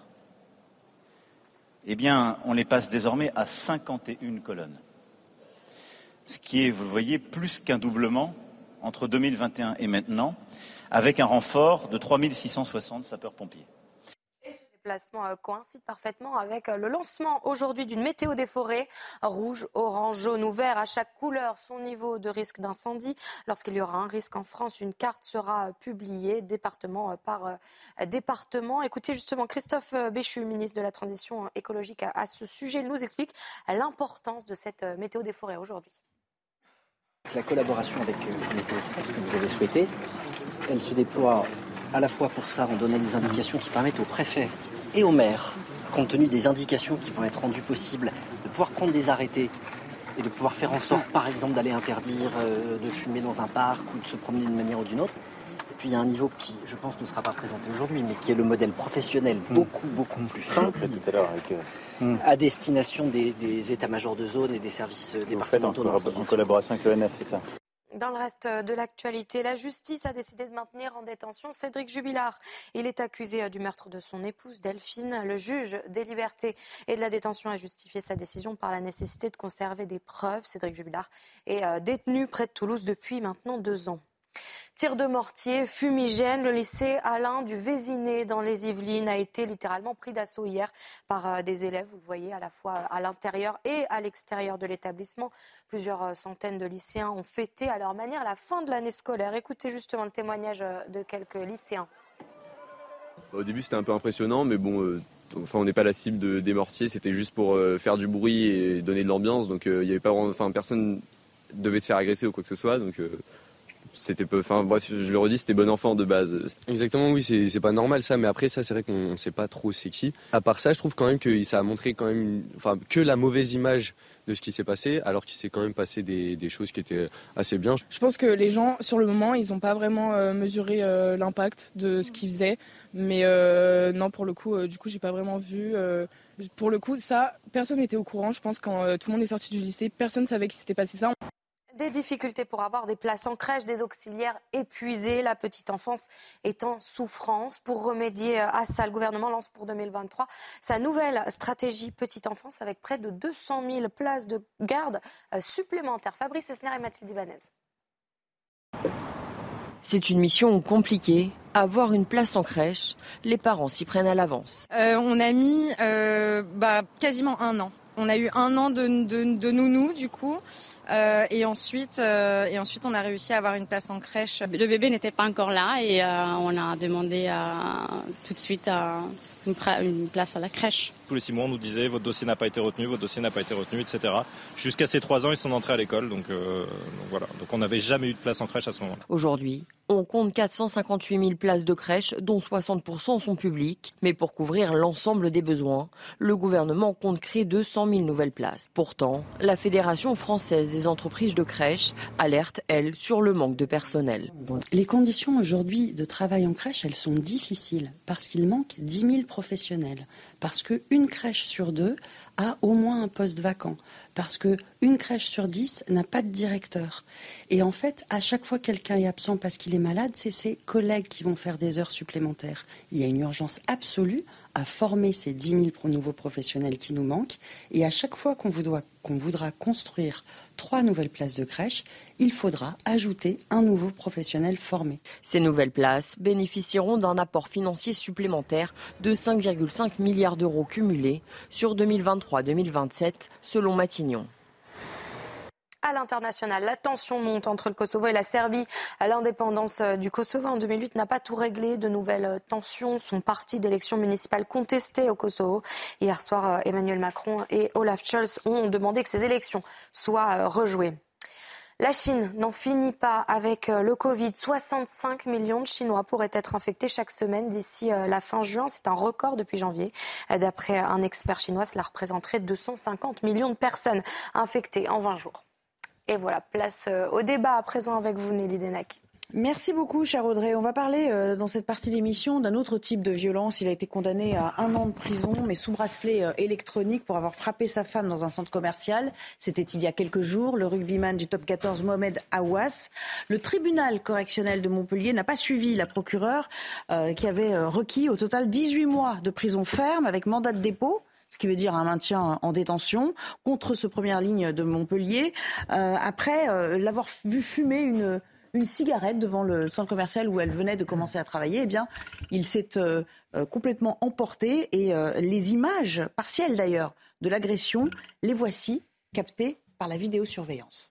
Eh bien, on les passe désormais à 51 colonnes. Ce qui est, vous le voyez, plus qu'un doublement entre 2021 et maintenant, avec un renfort de 3660 sapeurs-pompiers. Le déplacement coïncide parfaitement avec le lancement aujourd'hui d'une météo des forêts, rouge, orange, jaune ou vert, à chaque couleur son niveau de risque d'incendie. Lorsqu'il y aura un risque en France, une carte sera publiée département par département. Écoutez justement Christophe Béchu, ministre de la Transition écologique, à ce sujet. Il nous explique l'importance de cette météo des forêts aujourd'hui. La collaboration avec Météo France que vous avez souhaitée, elle se déploie à la fois pour ça en donnant des indications qui permettent aux préfets et aux maires, compte tenu des indications qui vont être rendues possibles, de pouvoir prendre des arrêtés et de pouvoir faire en sorte, par exemple, d'aller interdire de fumer dans un parc ou de se promener d'une manière ou d'une autre. Et puis il y a un niveau qui, je pense, ne sera pas présenté aujourd'hui, mais qui est le modèle professionnel beaucoup plus fin, à destination des états-majors de zone et des services départementaux d'incendie. En collaboration avec l'ONF, c'est ça. Dans le reste de l'actualité, la justice a décidé de maintenir en détention Cédric Jubilard. Il est accusé du meurtre de son épouse Delphine. Le juge des libertés et de la détention a justifié sa décision par la nécessité de conserver des preuves. Cédric Jubilard est détenu près de Toulouse depuis maintenant 2 ans. Tir de mortier, fumigène, le lycée Alain du Vésiné dans les Yvelines a été littéralement pris d'assaut hier par des élèves, vous le voyez, à la fois à l'intérieur et à l'extérieur de l'établissement. Plusieurs centaines de lycéens ont fêté à leur manière la fin de l'année scolaire. Écoutez justement le témoignage de quelques lycéens. Au début c'était un peu impressionnant, mais bon, on n'est pas la cible des mortiers, c'était juste pour faire du bruit et donner de l'ambiance, donc il y avait pas vraiment, personne devait se faire agresser ou quoi que ce soit, donc c'était peu. Enfin bref, je le redis, c'était bon enfant de base. Exactement, oui, c'est pas normal ça, mais après ça, c'est vrai qu'on sait pas trop c'est qui. À part ça, je trouve quand même que ça a montré quand même, que la mauvaise image de ce qui s'est passé, alors qu'il s'est quand même passé des choses qui étaient assez bien. Je pense que les gens, sur le moment, ils n'ont pas vraiment mesuré l'impact de ce qu'ils faisaient. Mais non, pour le coup, j'ai pas vraiment vu. Pour le coup, ça, personne n'était au courant. Je pense quand tout le monde est sorti du lycée, personne ne savait qu'il s'était passé ça. Des difficultés pour avoir des places en crèche, des auxiliaires épuisés, la petite enfance est en souffrance. Pour remédier à ça, le gouvernement lance pour 2023 sa nouvelle stratégie petite enfance avec près de 200 000 places de garde supplémentaires. Fabrice Esner et Mathilde Ibanez. C'est une mission compliquée. Avoir une place en crèche, les parents s'y prennent à l'avance. On a mis quasiment 1 an. On a eu 1 an de nounou du coup et ensuite on a réussi à avoir une place en crèche. Le bébé n'était pas encore là et on a demandé tout de suite une place à la crèche. Tous les 6 mois on nous disait votre dossier n'a pas été retenu, etc. Jusqu'à ces 3 ans ils sont entrés à l'école donc voilà. Donc on n'avait jamais eu de place en crèche à ce moment-là. Aujourd'hui, on compte 458 000 places de crèche, dont 60% sont publiques. Mais pour couvrir l'ensemble des besoins, le gouvernement compte créer 200 000 nouvelles places. Pourtant, la Fédération française des entreprises de crèche alerte, elle, sur le manque de personnel. Les conditions aujourd'hui de travail en crèche, elles sont difficiles parce qu'il manque 10 000 professionnels. Parce qu'une crèche sur 2 a au moins un poste vacant. Parce qu'une crèche sur 10 n'a pas de directeur. Et en fait, à chaque fois que quelqu'un est absent parce qu'il est malade, c'est ses collègues qui vont faire des heures supplémentaires. Il y a une urgence absolue à former ces 10 000 nouveaux professionnels qui nous manquent. Et à chaque fois qu'on voudra construire 3 nouvelles places de crèche, il faudra ajouter un nouveau professionnel formé. Ces nouvelles places bénéficieront d'un apport financier supplémentaire de 5,5 milliards d'euros cumulés sur 2023-2027, selon Matignon. À l'international, la tension monte entre le Kosovo et la Serbie. L'indépendance du Kosovo en 2008 n'a pas tout réglé. De nouvelles tensions sont parties d'élections municipales contestées au Kosovo. Hier soir, Emmanuel Macron et Olaf Scholz ont demandé que ces élections soient rejouées. La Chine n'en finit pas avec le Covid. 65 millions de Chinois pourraient être infectés chaque semaine d'ici la fin juin. C'est un record depuis janvier. D'après un expert chinois, cela représenterait 250 millions de personnes infectées en 20 jours. Et voilà, place au débat à présent avec vous, Nelly Denac. Merci beaucoup, cher Audrey. On va parler dans cette partie d'émission d'un autre type de violence. Il a été condamné à 1 an de prison, mais sous bracelet électronique pour avoir frappé sa femme dans un centre commercial. C'était il y a quelques jours. Le rugbyman du top 14, Mohamed Aouas. Le tribunal correctionnel de Montpellier n'a pas suivi la procureure qui avait requis au total 18 mois de prison ferme avec mandat de dépôt. Ce qui veut dire un maintien en détention contre ce première ligne de Montpellier, après l'avoir vu fumer une cigarette devant le centre commercial où elle venait de commencer à travailler. Eh bien, il s'est complètement emporté et les images, partielles d'ailleurs, de l'agression, les voici captées par la vidéosurveillance.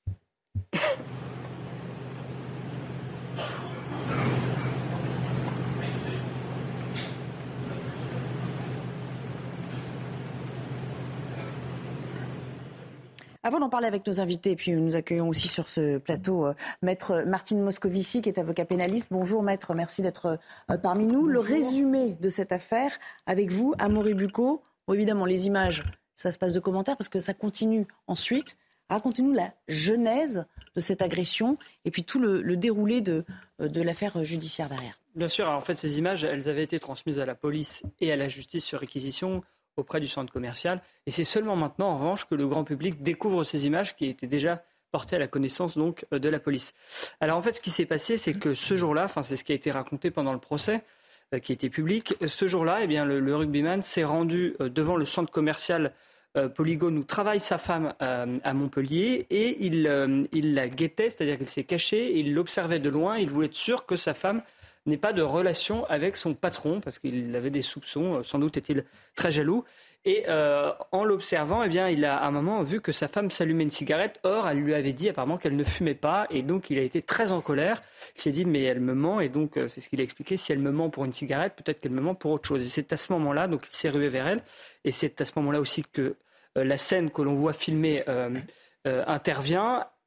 Avant d'en parler avec nos invités, puis nous accueillons aussi sur ce plateau Maître Martine Moscovici, qui est avocat pénaliste. Bonjour Maître, merci d'être parmi nous. Bonjour. Le résumé de cette affaire avec vous, Amaury Bucco. Bon, évidemment, les images, ça se passe de commentaires parce que ça continue ensuite. Racontez-nous la genèse de cette agression et puis tout le déroulé de l'affaire judiciaire derrière. Bien sûr, alors en fait, ces images, elles avaient été transmises à la police et à la justice sur réquisition auprès du centre commercial. Et c'est seulement maintenant, en revanche, que le grand public découvre ces images qui étaient déjà portées à la connaissance donc, de la police. Alors en fait, ce qui s'est passé, c'est que ce jour-là, c'est ce qui a été raconté pendant le procès, qui était public, ce jour-là, eh bien, le rugbyman s'est rendu devant le centre commercial Polygone où travaille sa femme à Montpellier et il la guettait, c'est-à-dire qu'il s'est caché, il l'observait de loin, il voulait être sûr que sa femme n'ait pas de relation avec son patron, parce qu'il avait des soupçons, sans doute est-il très jaloux. Et en l'observant, eh bien, il a à un moment vu que sa femme s'allumait une cigarette. Or, elle lui avait dit apparemment qu'elle ne fumait pas. Et donc, il a été très en colère. Il s'est dit, mais elle me ment. Et donc, c'est ce qu'il a expliqué. Si elle me ment pour une cigarette, peut-être qu'elle me ment pour autre chose. Et c'est à ce moment-là, donc, il s'est rué vers elle. Et c'est à ce moment-là aussi que la scène que l'on voit filmer intervient.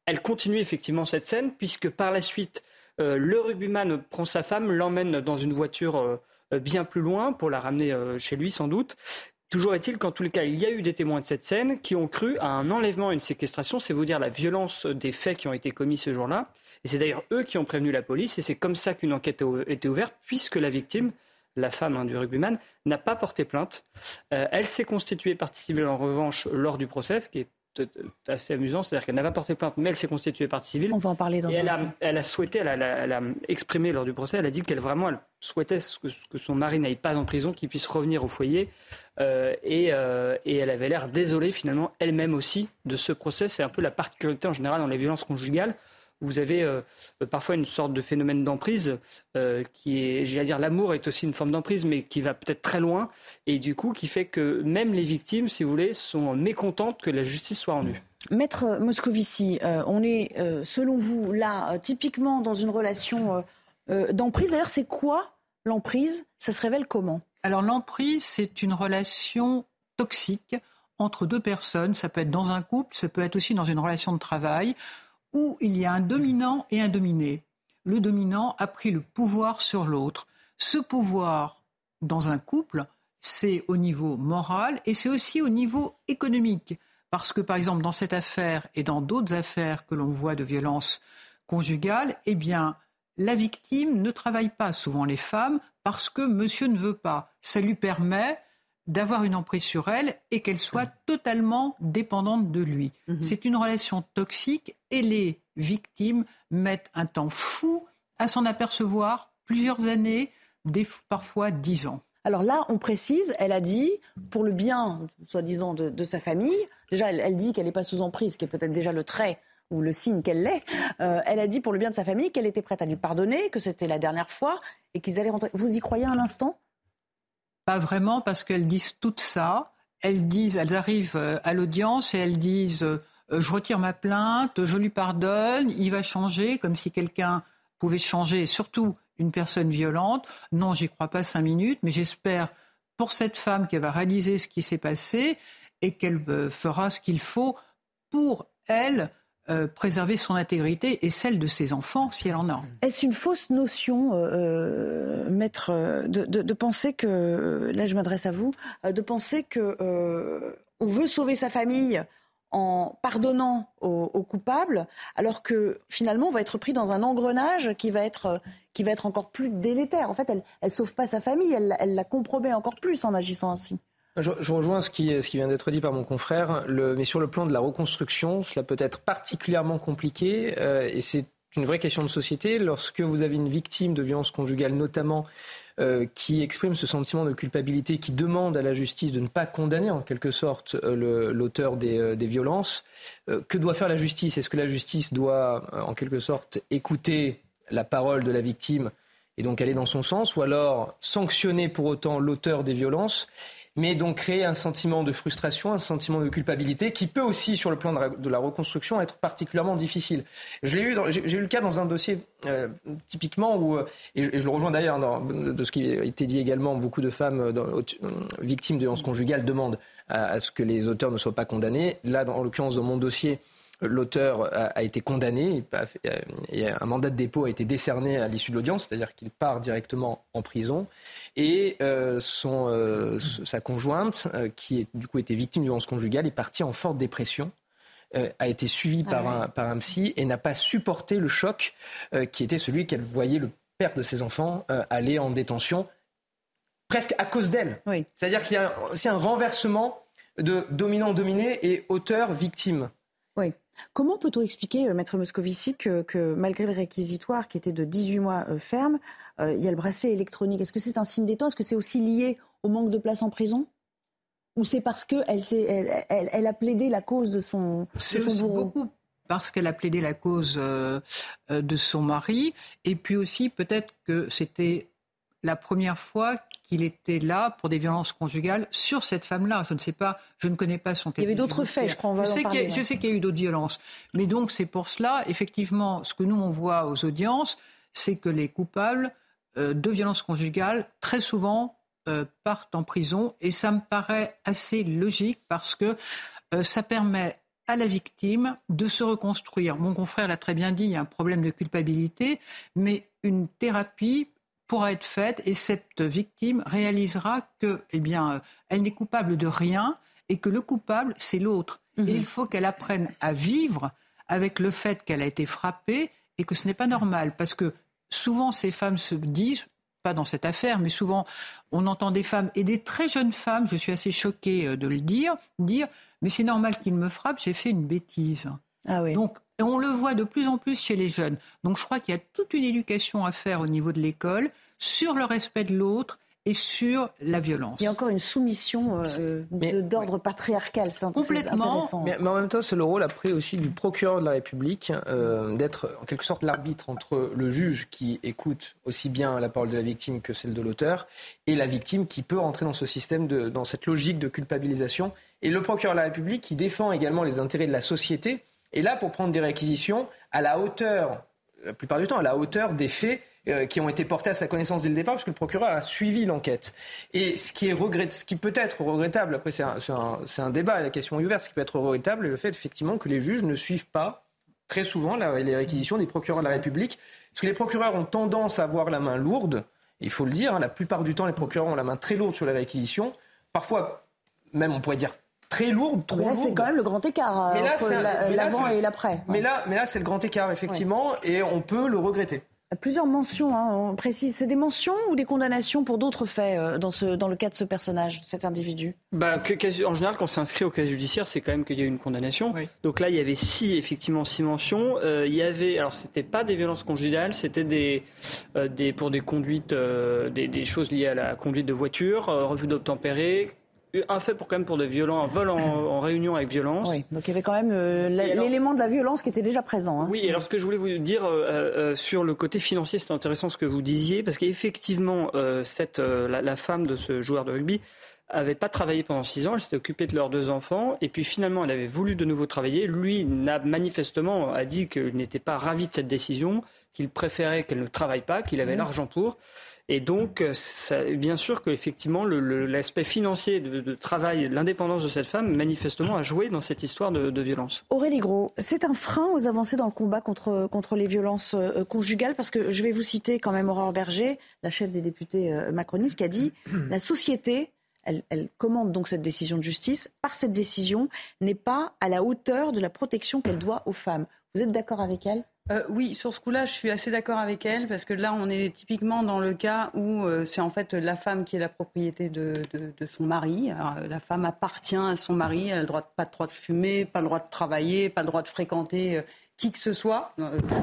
elle continue effectivement cette scène, puisque par la suite, le rugbyman prend sa femme, l'emmène dans une voiture bien plus loin pour la ramener chez lui sans doute. Toujours est-il qu'en tous les cas, il y a eu des témoins de cette scène qui ont cru à un enlèvement et une séquestration. C'est vous dire la violence des faits qui ont été commis ce jour-là. Et c'est d'ailleurs eux qui ont prévenu la police. Et c'est comme ça qu'une enquête a été ouverte, puisque la victime, la femme du rugbyman, n'a pas porté plainte. Elle s'est constituée partie civile en revanche lors du procès, ce qui est assez amusant, c'est-à-dire qu'elle n'a pas porté plainte, mais elle s'est constituée partie civile. On va en parler dans un instant. Elle a exprimé lors du procès, elle a dit qu'elle souhaitait que son mari n'aille pas en prison, qu'il puisse revenir au foyer. Et elle avait l'air désolée finalement elle-même aussi de ce procès. C'est un peu la particularité en général dans les violences conjugales. Vous avez parfois une sorte de phénomène d'emprise qui est, j'allais dire, l'amour est aussi une forme d'emprise, mais qui va peut-être très loin, et du coup qui fait que même les victimes, si vous voulez, sont mécontentes que la justice soit rendue. Maître Moscovici, on est, selon vous, là, typiquement dans une relation d'emprise. D'ailleurs, c'est quoi l'emprise ? Ça se révèle comment ? Alors l'emprise, c'est une relation toxique entre deux personnes. Ça peut être dans un couple, ça peut être aussi dans une relation de travail, où il y a un dominant et un dominé. Le dominant a pris le pouvoir sur l'autre. Ce pouvoir, dans un couple, c'est au niveau moral et c'est aussi au niveau économique. Parce que, par exemple, dans cette affaire et dans d'autres affaires que l'on voit de violence conjugale, eh bien, la victime ne travaille pas, souvent les femmes, parce que monsieur ne veut pas. Ça lui permet d'avoir une emprise sur elle et qu'elle soit totalement dépendante de lui. C'est une relation toxique et les victimes mettent un temps fou à s'en apercevoir, plusieurs années, parfois 10 ans. Alors là, on précise, elle a dit, pour le bien, soi-disant, de sa famille, déjà elle dit qu'elle n'est pas sous emprise, ce qui est peut-être déjà le trait ou le signe qu'elle l'est, elle a dit pour le bien de sa famille qu'elle était prête à lui pardonner, que c'était la dernière fois et qu'ils allaient rentrer. Vous y croyez un instant ? Pas vraiment, parce qu'elles disent tout ça. Elles arrivent à l'audience et elles disent je retire ma plainte, je lui pardonne, il va changer, comme si quelqu'un pouvait changer, surtout une personne violente. Non, j'y crois pas 5 minutes, mais j'espère pour cette femme qu'elle va réaliser ce qui s'est passé et qu'elle fera ce qu'il faut pour elle préserver son intégrité et celle de ses enfants, si elle en a. Est-ce une fausse notion, maître, de penser que, là je m'adresse à vous, de penser que on veut sauver sa famille en pardonnant aux coupables, alors que finalement on va être pris dans un engrenage qui va être encore plus délétère. En fait, elle sauve pas sa famille, elle la compromet encore plus en agissant ainsi. Je rejoins ce qui vient d'être dit par mon confrère, mais sur le plan de la reconstruction, cela peut être particulièrement compliqué et c'est une vraie question de société. Lorsque vous avez une victime de violence conjugale notamment qui exprime ce sentiment de culpabilité, qui demande à la justice de ne pas condamner en quelque sorte l'auteur des violences, que doit faire la justice ? Est-ce que la justice doit en quelque sorte écouter la parole de la victime et donc aller dans son sens, ou alors sanctionner pour autant l'auteur des violences ? Mais donc créer un sentiment de frustration, un sentiment de culpabilité qui peut aussi, sur le plan de la reconstruction, être particulièrement difficile. J'ai eu le cas dans un dossier typiquement où, et je le rejoins d'ailleurs de ce qui a été dit également, beaucoup de femmes victimes de violences conjugales demandent à ce que les auteurs ne soient pas condamnés. Là, en l'occurrence, dans mon dossier, l'auteur a été condamné et un mandat de dépôt a été décerné à l'issue de l'audience, c'est-à-dire qu'il part directement en prison. Et sa conjointe, qui du coup était victime de violence conjugale, est partie en forte dépression, a été suivie par un psy et n'a pas supporté le choc qui était celui qu'elle voyait le père de ses enfants aller en détention, presque à cause d'elle. Oui. C'est-à-dire qu'il y a aussi un renversement de dominant-dominé et auteur-victime. Oui. Comment peut-on expliquer, Maître Moscovici, que malgré le réquisitoire qui était de 18 mois ferme, il y a le bracelet électronique ? Est-ce que c'est un signe des temps ? Est-ce que c'est aussi lié au manque de place en prison ? Ou c'est parce qu'elle a plaidé la cause de son bourreau ? C'est aussi beaucoup parce qu'elle a plaidé la cause de son mari. Et puis aussi, peut-être que c'était la première fois qu'il était là pour des violences conjugales sur cette femme-là. Je ne sais pas, je ne connais pas son cas. Il y avait d'autres faits, je crois. On va en parler. Je sais qu'il y a eu d'autres violences. Mais donc, c'est pour cela, effectivement, ce que nous, on voit aux audiences, c'est que les coupables de violences conjugales, très souvent, partent en prison. Et ça me paraît assez logique parce que ça permet à la victime de se reconstruire. Mon confrère l'a très bien dit, il y a un problème de culpabilité, mais une thérapie pourra être faite et cette victime réalisera que, elle n'est coupable de rien et que le coupable, c'est l'autre. Et il faut qu'elle apprenne à vivre avec le fait qu'elle a été frappée et que ce n'est pas normal. Parce que souvent, ces femmes se disent, pas dans cette affaire, mais souvent, on entend des femmes, et des très jeunes femmes, je suis assez choquée de le dire, mais c'est normal qu'il me frappe, j'ai fait une bêtise. Ah oui. Donc, on le voit de plus en plus chez les jeunes. Donc, je crois qu'il y a toute une éducation à faire au niveau de l'école sur le respect de l'autre et sur la violence. Il y a encore une soumission d'ordre patriarcal. Complètement. Mais en même temps, c'est le rôle après aussi du procureur de la République d'être en quelque sorte l'arbitre entre le juge qui écoute aussi bien la parole de la victime que celle de l'auteur et la victime qui peut rentrer dans ce système, dans cette logique de culpabilisation. Et le procureur de la République qui défend également les intérêts de la société est là pour prendre des réquisitions à la hauteur, la plupart du temps, à la hauteur des faits qui ont été portés à sa connaissance dès le départ, parce que le procureur a suivi l'enquête. Et ce qui peut être regrettable, après c'est un débat, la question est ouverte, ce qui peut être regrettable, le fait effectivement que les juges ne suivent pas très souvent les réquisitions des procureurs de la République, parce que les procureurs ont tendance à avoir la main lourde, il faut le dire, la plupart du temps les procureurs ont la main très lourde sur les réquisitions, parfois même on pourrait dire très lourde, trop lourde. Mais là, c'est quand même le grand écart entre l'avant et l'après. Mais là, c'est le grand écart, effectivement, et on peut le regretter. Plusieurs mentions, on précise. C'est des mentions ou des condamnations pour d'autres faits dans le cas de ce personnage, de cet individu ? En général, quand c'est inscrit au casier judiciaire, c'est quand même qu'il y a eu une condamnation. Oui. Donc là, il y avait six mentions. Il y avait, alors c'était pas des violences conjugales, c'était pour des conduites, des choses liées à la conduite de voiture, refus d'obtempérer. Un fait pour des violents, un vol en réunion avec violence. Oui, donc il y avait quand même l'élément de la violence qui était déjà présent. Hein. Oui, et alors ce que je voulais vous dire sur le côté financier, c'est intéressant ce que vous disiez, parce qu'effectivement, la femme de ce joueur de rugby n'avait pas travaillé pendant 6 ans, elle s'était occupée de leurs 2 enfants, et puis finalement elle avait voulu de nouveau travailler. Lui a dit qu'il n'était pas ravi de cette décision, qu'il préférait qu'elle ne travaille pas, qu'il avait l'argent pour. Et donc, bien sûr qu'effectivement, l'aspect financier de travail, l'indépendance de cette femme, manifestement, a joué dans cette histoire de violence. Aurélie Gros, c'est un frein aux avancées dans le combat contre les violences conjugales, parce que je vais vous citer quand même Aurore Berger, la chef des députés macronistes, qui a dit « La société, elle commande donc cette décision de justice, par cette décision, n'est pas à la hauteur de la protection qu'elle doit aux femmes ». Vous êtes d'accord avec elle ? Oui, sur ce coup-là, je suis assez d'accord avec elle, parce que là, on est typiquement dans le cas où c'est en fait la femme qui est la propriété de son mari. Alors, la femme appartient à son mari, elle n'a pas le droit de fumer, pas le droit de travailler, pas le droit de fréquenter qui que ce soit.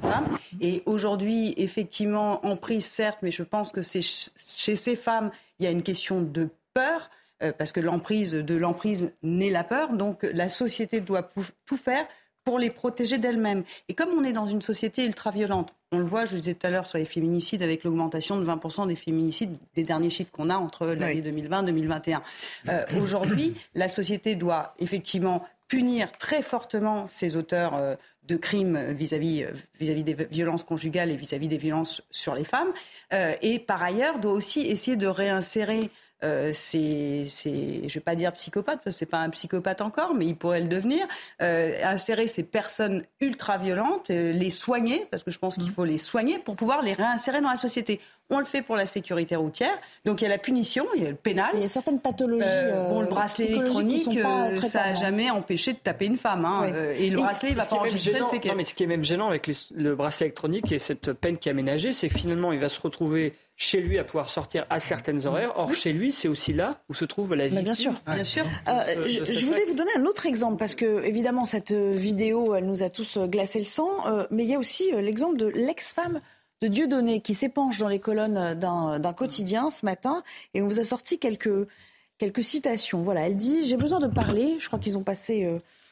Et aujourd'hui, effectivement, emprise, certes, mais je pense que chez ces femmes, il y a une question de peur, parce que l'emprise naît la peur, donc la société doit tout faire pour les protéger d'elles-mêmes. Et comme on est dans une société ultra-violente, on le voit, je le disais tout à l'heure, sur les féminicides, avec l'augmentation de 20% des féminicides, des derniers chiffres qu'on a entre l'année 2020 et 2021. Aujourd'hui, la société doit effectivement punir très fortement ces auteurs de crimes vis-à-vis des violences conjugales et vis-à-vis des violences sur les femmes. Et par ailleurs, doit aussi essayer de réinsérer je ne vais pas dire psychopathe, parce que ce n'est pas un psychopathe encore, mais il pourrait le devenir, insérer ces personnes ultra-violentes, les soigner, parce que je pense qu'il faut les soigner pour pouvoir les réinsérer dans la société. On le fait pour la sécurité routière, donc il y a la punition, il y a le pénal. Il y a certaines pathologies le bracelet électronique, ça n'a jamais empêché de taper une femme. Et le bracelet, il ne va pas enregistrer le fait qu'elle... Non, mais ce qui est même gênant avec le bracelet électronique et cette peine qui est aménagée, c'est que finalement, il va se retrouver chez lui à pouvoir sortir à certaines horaires. Or, chez lui, c'est aussi là où se trouve la victime. Bien sûr. Bien sûr. Je voulais vous donner un autre exemple, parce que, évidemment, cette vidéo, elle nous a tous glacé le sang, mais il y a aussi l'exemple de l'ex-femme de Dieudonné qui s'épanche dans les colonnes d'un quotidien ce matin, et on vous a sorti quelques citations. Voilà, elle dit « J'ai besoin de parler », je crois qu'ils ont passé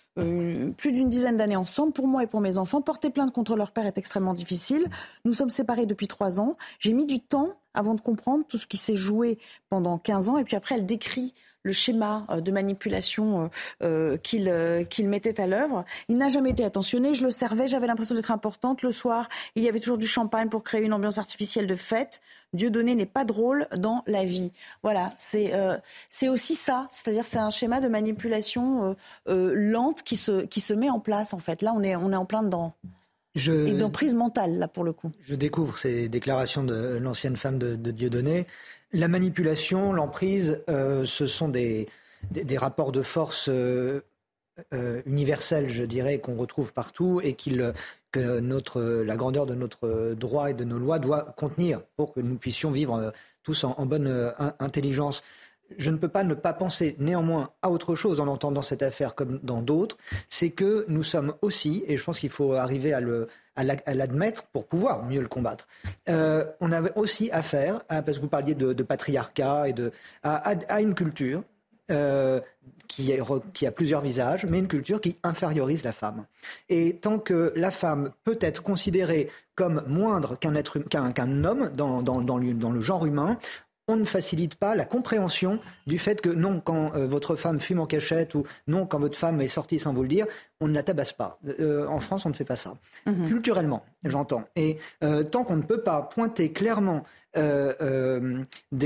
plus d'une dizaine d'années ensemble, pour moi et pour mes enfants. Porter plainte contre leur père est extrêmement difficile. Nous sommes séparés depuis 3 ans. J'ai mis du temps avant de comprendre tout ce qui s'est joué pendant 15 ans. Et puis après, elle décrit le schéma de manipulation qu'il mettait à l'œuvre. Il n'a jamais été attentionné, je le servais, j'avais l'impression d'être importante. Le soir, il y avait toujours du champagne pour créer une ambiance artificielle de fête. Dieudonné n'est pas drôle dans la vie. Voilà, c'est aussi ça. C'est-à-dire c'est un schéma de manipulation lente qui se met en place, en fait. Là, on est en plein dedans. Et d'emprise mentale, là, pour le coup. Je découvre ces déclarations de l'ancienne femme de Dieudonné. La manipulation, l'emprise, ce sont des rapports de force universels, je dirais, qu'on retrouve partout et que la grandeur de notre droit et de nos lois doit contenir pour que nous puissions vivre tous en bonne intelligence. Je ne peux pas ne pas penser néanmoins à autre chose en entendant cette affaire comme dans d'autres, c'est que nous sommes aussi, et je pense qu'il faut arriver à l'admettre pour pouvoir mieux le combattre, on avait aussi affaire, parce que vous parliez de patriarcat, à une culture qui a plusieurs visages, mais une culture qui infériorise la femme. Et tant que la femme peut être considérée comme moindre qu'un homme dans le genre humain, on ne facilite pas la compréhension du fait que non, quand votre femme fume en cachette ou non, quand votre femme est sortie sans vous le dire, on ne la tabasse pas. En France, on ne fait pas ça. Culturellement, j'entends. Et tant qu'on ne peut pas pointer clairement l'origine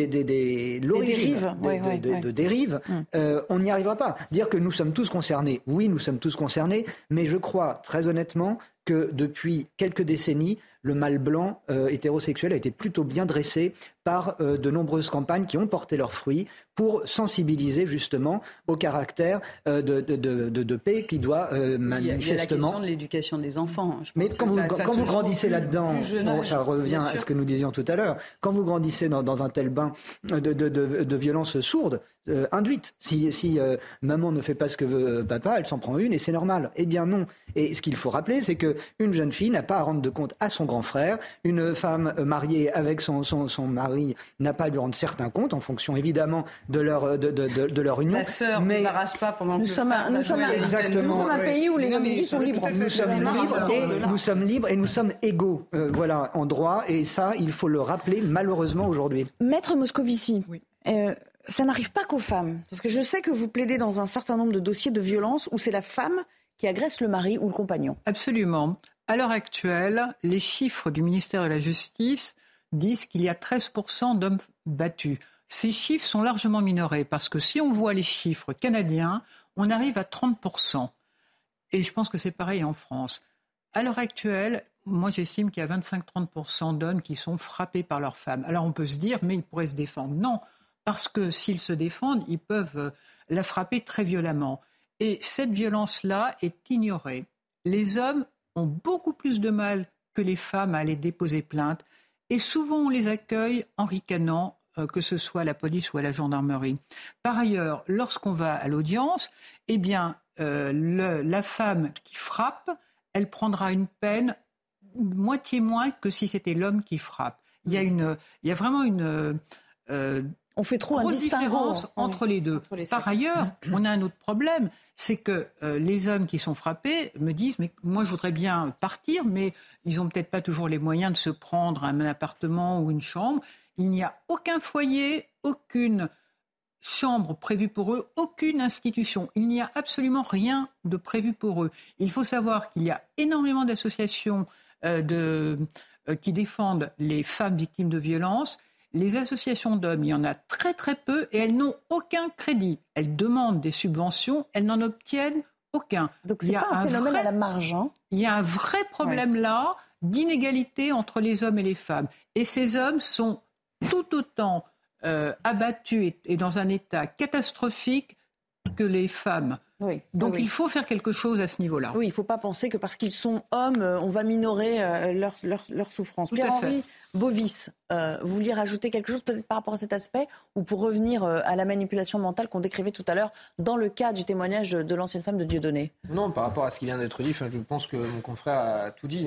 de dérives, on n'y arrivera pas. Dire que nous sommes tous concernés, oui, nous sommes tous concernés, mais je crois très honnêtement que depuis quelques décennies, le mâle blanc hétérosexuel a été plutôt bien dressé par de nombreuses campagnes qui ont porté leurs fruits pour sensibiliser justement au caractère de paix qui doit manifestement... Il y a la question de l'éducation des enfants. Mais quand vous grandissez là-dedans, ça revient à ce que nous disions tout à l'heure, quand vous grandissez dans un tel bain de violences sourdes, induites, si maman ne fait pas ce que veut papa, elle s'en prend une et c'est normal. Eh bien non. Et ce qu'il faut rappeler, c'est qu'une jeune fille n'a pas à rendre de compte à son grand frère, une femme mariée avec son mari n'a pas à lui rendre certains comptes en fonction évidemment de leur union. La sœur ne n'embarrasse pas pendant que nous sommes un pays où les individus sont libres. Nous sommes libres et nous sommes égaux en droit, et ça, il faut le rappeler malheureusement aujourd'hui. Maître Moscovici, ça n'arrive pas qu'aux femmes, parce que je sais que vous plaidez dans un certain nombre de dossiers de violence où c'est la femme qui agresse le mari ou le compagnon. Absolument. À l'heure actuelle, les chiffres du ministère de la Justice disent qu'il y a 13% d'hommes battus. Ces chiffres sont largement minorés parce que si on voit les chiffres canadiens, on arrive à 30%. Et je pense que c'est pareil en France. À l'heure actuelle, moi j'estime qu'il y a 25-30% d'hommes qui sont frappés par leur femme. Alors on peut se dire, mais ils pourraient se défendre. Non, parce que s'ils se défendent, ils peuvent la frapper très violemment. Et cette violence-là est ignorée. Les hommes ont beaucoup plus de mal que les femmes à aller déposer plainte. Et souvent, on les accueille en ricanant, que ce soit à la police ou à la gendarmerie. Par ailleurs, lorsqu'on va à l'audience, eh bien, la femme qui frappe, elle prendra une peine moitié moins que si c'était l'homme qui frappe. Il y a vraiment une... on fait trop grosse différence entre les deux. Par ailleurs, on a un autre problème, c'est que les hommes qui sont frappés me disent « mais moi je voudrais bien partir, mais ils n'ont peut-être pas toujours les moyens de se prendre un appartement ou une chambre. Il n'y a aucun foyer, aucune chambre prévue pour eux, aucune institution. Il n'y a absolument rien de prévu pour eux. Il faut savoir qu'il y a énormément d'associations qui défendent les femmes victimes de violences. Les associations d'hommes, il y en a très très peu et elles n'ont aucun crédit. Elles demandent des subventions, elles n'en obtiennent aucun. Donc c'est pas un phénomène à la marge. Il y a un vrai problème là d'inégalité entre les hommes et les femmes. Et ces hommes sont tout autant abattus et dans un état catastrophique que les femmes. Donc il faut faire quelque chose à ce niveau-là. Oui, il ne faut pas penser que parce qu'ils sont hommes, on va minorer leur souffrance. Pierre-Henri Bovis, vous vouliez rajouter quelque chose peut-être par rapport à cet aspect ou pour revenir à la manipulation mentale qu'on décrivait tout à l'heure dans le cas du témoignage de l'ancienne femme de Dieudonné? Non, par rapport à ce qui vient d'être dit, je pense que mon confrère a tout dit.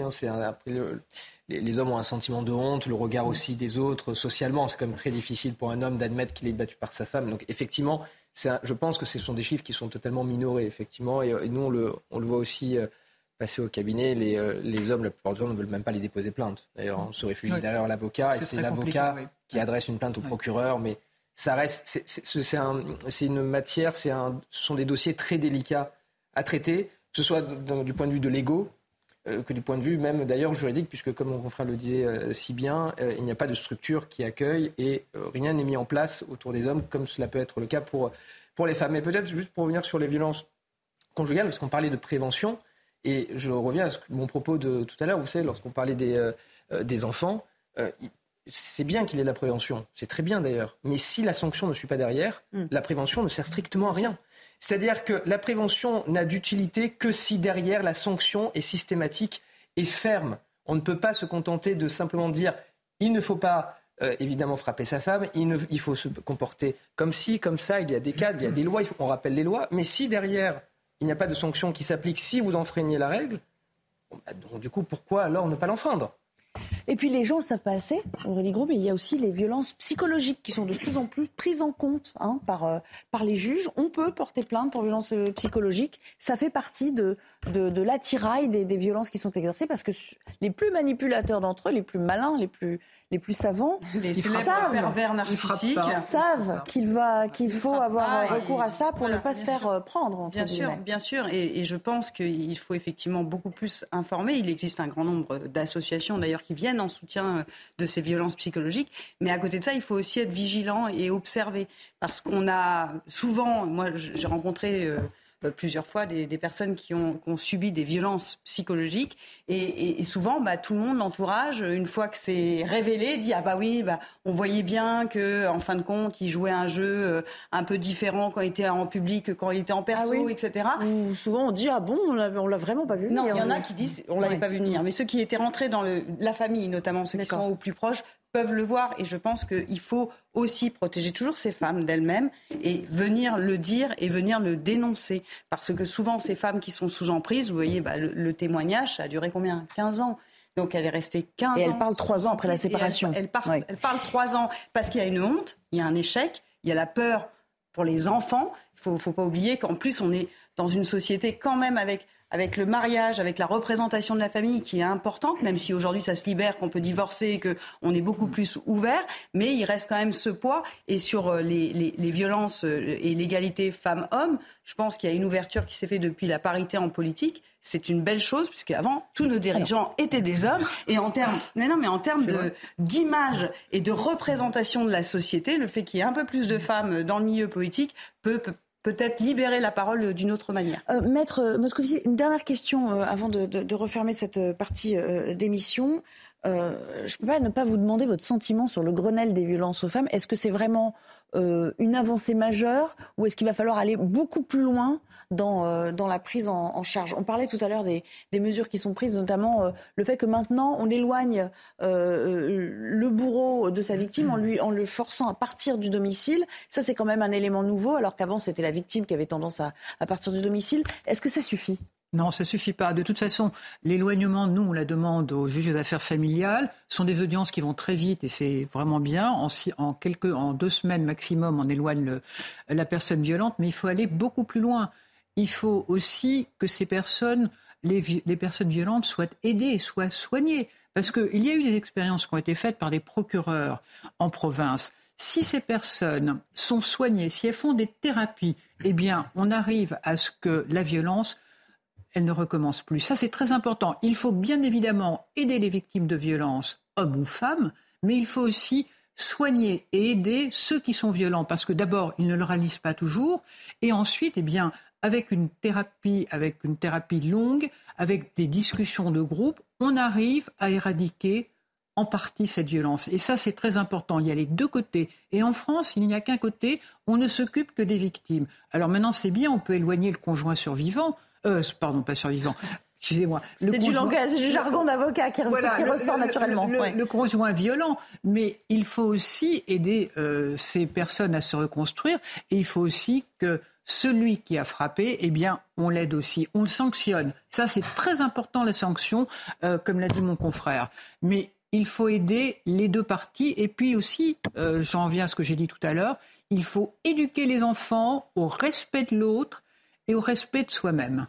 Les hommes ont un sentiment de honte, le regard aussi des autres. Socialement, c'est quand même très difficile pour un homme d'admettre qu'il est battu par sa femme. Donc effectivement, je pense que ce sont des chiffres qui sont totalement minorés, effectivement. Et nous, on le voit aussi passer au cabinet. Les hommes, la plupart du temps, ne veulent même pas les déposer plainte. D'ailleurs, on se réfugie derrière l'avocat. Et c'est l'avocat qui adresse une plainte au procureur. Mais ça reste, c'est une matière, ce sont des dossiers très délicats à traiter, que ce soit du point de vue de l'ego, que du point de vue même d'ailleurs juridique, puisque comme mon confrère le disait si bien, il n'y a pas de structure qui accueille et rien n'est mis en place autour des hommes, comme cela peut être le cas pour les femmes. Mais peut-être juste pour revenir sur les violences conjugales, parce qu'on parlait de prévention, et je reviens à mon propos de tout à l'heure, vous savez, lorsqu'on parlait des enfants, c'est bien qu'il y ait de la prévention, c'est très bien d'ailleurs, mais si la sanction ne suit pas derrière, la prévention ne sert strictement à rien. C'est-à-dire que la prévention n'a d'utilité que si derrière la sanction est systématique et ferme. On ne peut pas se contenter de simplement dire il ne faut pas évidemment frapper sa femme, il faut se comporter comme ci, comme ça, il y a des cadres, il y a des lois, il faut qu'on rappelle les lois, mais si derrière il n'y a pas de sanction qui s'applique si vous enfreignez la règle, donc du coup pourquoi alors ne pas l'enfreindre ? Et puis les gens ne savent pas assez, Aurélie Gros, mais il y a aussi les violences psychologiques qui sont de plus en plus prises en compte par les juges. On peut porter plainte pour violences psychologiques. Ça fait partie de l'attirail des violences qui sont exercées parce que les plus manipulateurs d'entre eux, les plus malins, les plus savants, savent qu'il faut avoir recours à ça pour ne pas se faire prendre. Bien sûr. Et je pense qu'il faut effectivement beaucoup plus informer. Il existe un grand nombre d'associations d'ailleurs qui viennent en soutien de ces violences psychologiques. Mais à côté de ça, il faut aussi être vigilant et observer. Parce qu'on a souvent, moi j'ai rencontré plusieurs fois des personnes qui ont subi des violences psychologiques et souvent tout le monde, l'entourage, une fois que c'est révélé, dit on voyait bien que en fin de compte il jouait un jeu un peu différent quand il était en public que quand il était en perso, etc. Ou souvent on dit on l'a vraiment pas vu venir. Non, il y en a qui disent on l'avait pas vu venir, mais ceux qui étaient rentrés dans la famille, notamment ceux qui sont au plus proches, peuvent le voir et je pense qu'il faut aussi protéger toujours ces femmes d'elles-mêmes et venir le dire et venir le dénoncer. Parce que souvent, ces femmes qui sont sous emprise, vous voyez, le témoignage, ça a duré combien ? 15 ans. Donc elle est restée 15 ans. Et elle parle 3 ans après la séparation. Elle parle 3 ans parce qu'il y a une honte, il y a un échec, il y a la peur pour les enfants. Il ne faut pas oublier qu'en plus, on est dans une société quand même avec le mariage, avec la représentation de la famille qui est importante, même si aujourd'hui ça se libère, qu'on peut divorcer, qu'on est beaucoup plus ouvert, mais il reste quand même ce poids. Et sur les violences et l'égalité femmes-hommes, je pense qu'il y a une ouverture qui s'est faite depuis la parité en politique. C'est une belle chose, puisqu'avant, tous nos dirigeants étaient des hommes. Et en termes d'image et de représentation de la société, le fait qu'il y ait un peu plus de femmes dans le milieu politique peut-être libérer la parole d'une autre manière. Maître Moscovici, une dernière question avant de refermer cette partie d'émission. Je ne peux pas ne pas vous demander votre sentiment sur le Grenelle des violences aux femmes. Est-ce que c'est vraiment une avancée majeure ou est-ce qu'il va falloir aller beaucoup plus loin dans la prise en charge ? On parlait tout à l'heure des mesures qui sont prises, notamment le fait que maintenant on éloigne le bourreau de sa victime en le forçant à partir du domicile. Ça, c'est quand même un élément nouveau, alors qu'avant c'était la victime qui avait tendance à partir du domicile. Est-ce que ça suffit ? Non, ça ne suffit pas. De toute façon, l'éloignement, nous, on la demande aux juges des affaires familiales. Ce sont des audiences qui vont très vite et c'est vraiment bien. En 2 semaines maximum, on éloigne la personne violente, mais il faut aller beaucoup plus loin. Il faut aussi que ces personnes, les personnes violentes, soient aidées, soient soignées. Parce qu'il y a eu des expériences qui ont été faites par des procureurs en province. Si ces personnes sont soignées, si elles font des thérapies, eh bien, on arrive à ce que la violence elle ne recommence plus. Ça, c'est très important. Il faut bien évidemment aider les victimes de violences, hommes ou femmes, mais il faut aussi soigner et aider ceux qui sont violents, parce que d'abord, ils ne le réalisent pas toujours, et ensuite, eh bien, avec une thérapie longue, avec des discussions de groupe, on arrive à éradiquer en partie cette violence. Et ça, c'est très important. Il y a les deux côtés. Et en France, il n'y a qu'un côté. On ne s'occupe que des victimes. Alors maintenant, c'est bien, on peut éloigner le conjoint survivant. Pas survivant. Excusez-moi. C'est du jargon d'avocat qui ressort naturellement. Le conjoint violent. Mais il faut aussi aider ces personnes à se reconstruire. Et il faut aussi que celui qui a frappé, eh bien, on l'aide aussi. On le sanctionne. Ça, c'est très important, la sanction, comme l'a dit mon confrère. Mais il faut aider les deux parties. Et puis aussi, j'en viens à ce que j'ai dit tout à l'heure, il faut éduquer les enfants au respect de l'autre et au respect de soi-même.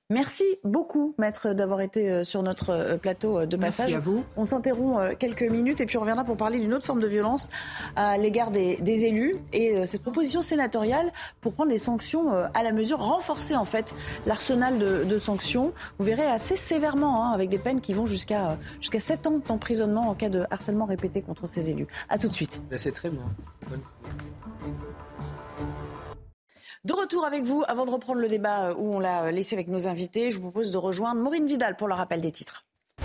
Merci beaucoup, Maître, d'avoir été sur notre plateau de passage. Merci à vous. On s'interrompt quelques minutes et puis on reviendra pour parler d'une autre forme de violence à l'égard des élus et cette proposition sénatoriale pour prendre des sanctions à la mesure, renforcer en fait l'arsenal de sanctions. Vous verrez assez sévèrement, avec des peines qui vont jusqu'à 7 ans d'emprisonnement en cas de harcèlement répété contre ces élus. À tout de suite. Là, c'est très bien. De retour avec vous, avant de reprendre le débat où on l'a laissé avec nos invités, je vous propose de rejoindre Maureen Vidal pour le rappel des titres.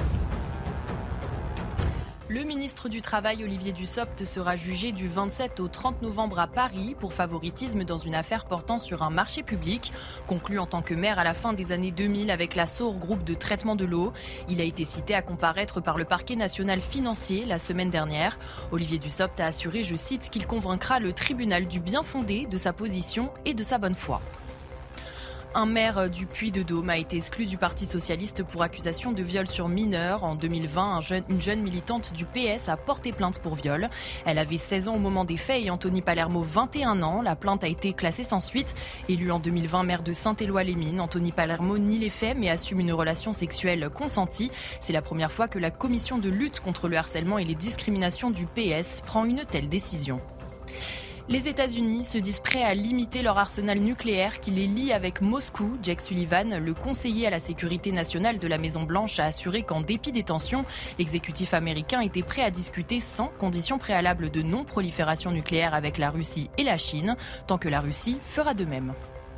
Le ministre du Travail, Olivier Dussopt, sera jugé du 27 au 30 novembre à Paris pour favoritisme dans une affaire portant sur un marché public. Conclu en tant que maire à la fin des années 2000 avec la SAUR, groupe de traitement de l'eau. Il a été cité à comparaître par le parquet national financier la semaine dernière. Olivier Dussopt a assuré, je cite, qu'il convaincra le tribunal du bien fondé de sa position et de sa bonne foi. Un maire du Puy-de-Dôme a été exclu du Parti socialiste pour accusation de viol sur mineur. En 2020, une jeune militante du PS a porté plainte pour viol. Elle avait 16 ans au moment des faits et Anthony Palermo 21 ans. La plainte a été classée sans suite. Élu en 2020 maire de Saint-Éloi-les-Mines, Anthony Palermo nie les faits mais assume une relation sexuelle consentie. C'est la première fois que la commission de lutte contre le harcèlement et les discriminations du PS prend une telle décision. Les États-Unis se disent prêts à limiter leur arsenal nucléaire qui les lie avec Moscou. Jake Sullivan, le conseiller à la sécurité nationale de la Maison-Blanche, a assuré qu'en dépit des tensions, l'exécutif américain était prêt à discuter sans condition préalable de non-prolifération nucléaire avec la Russie et la Chine, tant que la Russie fera de même.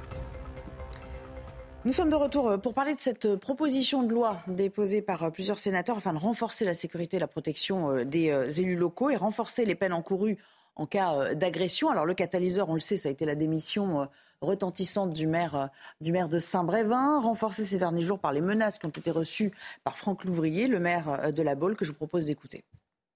Nous sommes de retour pour parler de cette proposition de loi déposée par plusieurs sénateurs afin de renforcer la sécurité et la protection des élus locaux et renforcer les peines encourues en cas d'agression. Alors le catalyseur, on le sait, ça a été la démission retentissante du maire de Saint-Brévin, renforcée ces derniers jours par les menaces qui ont été reçues par Franck Louvrier, le maire de La Baule, que je vous propose d'écouter.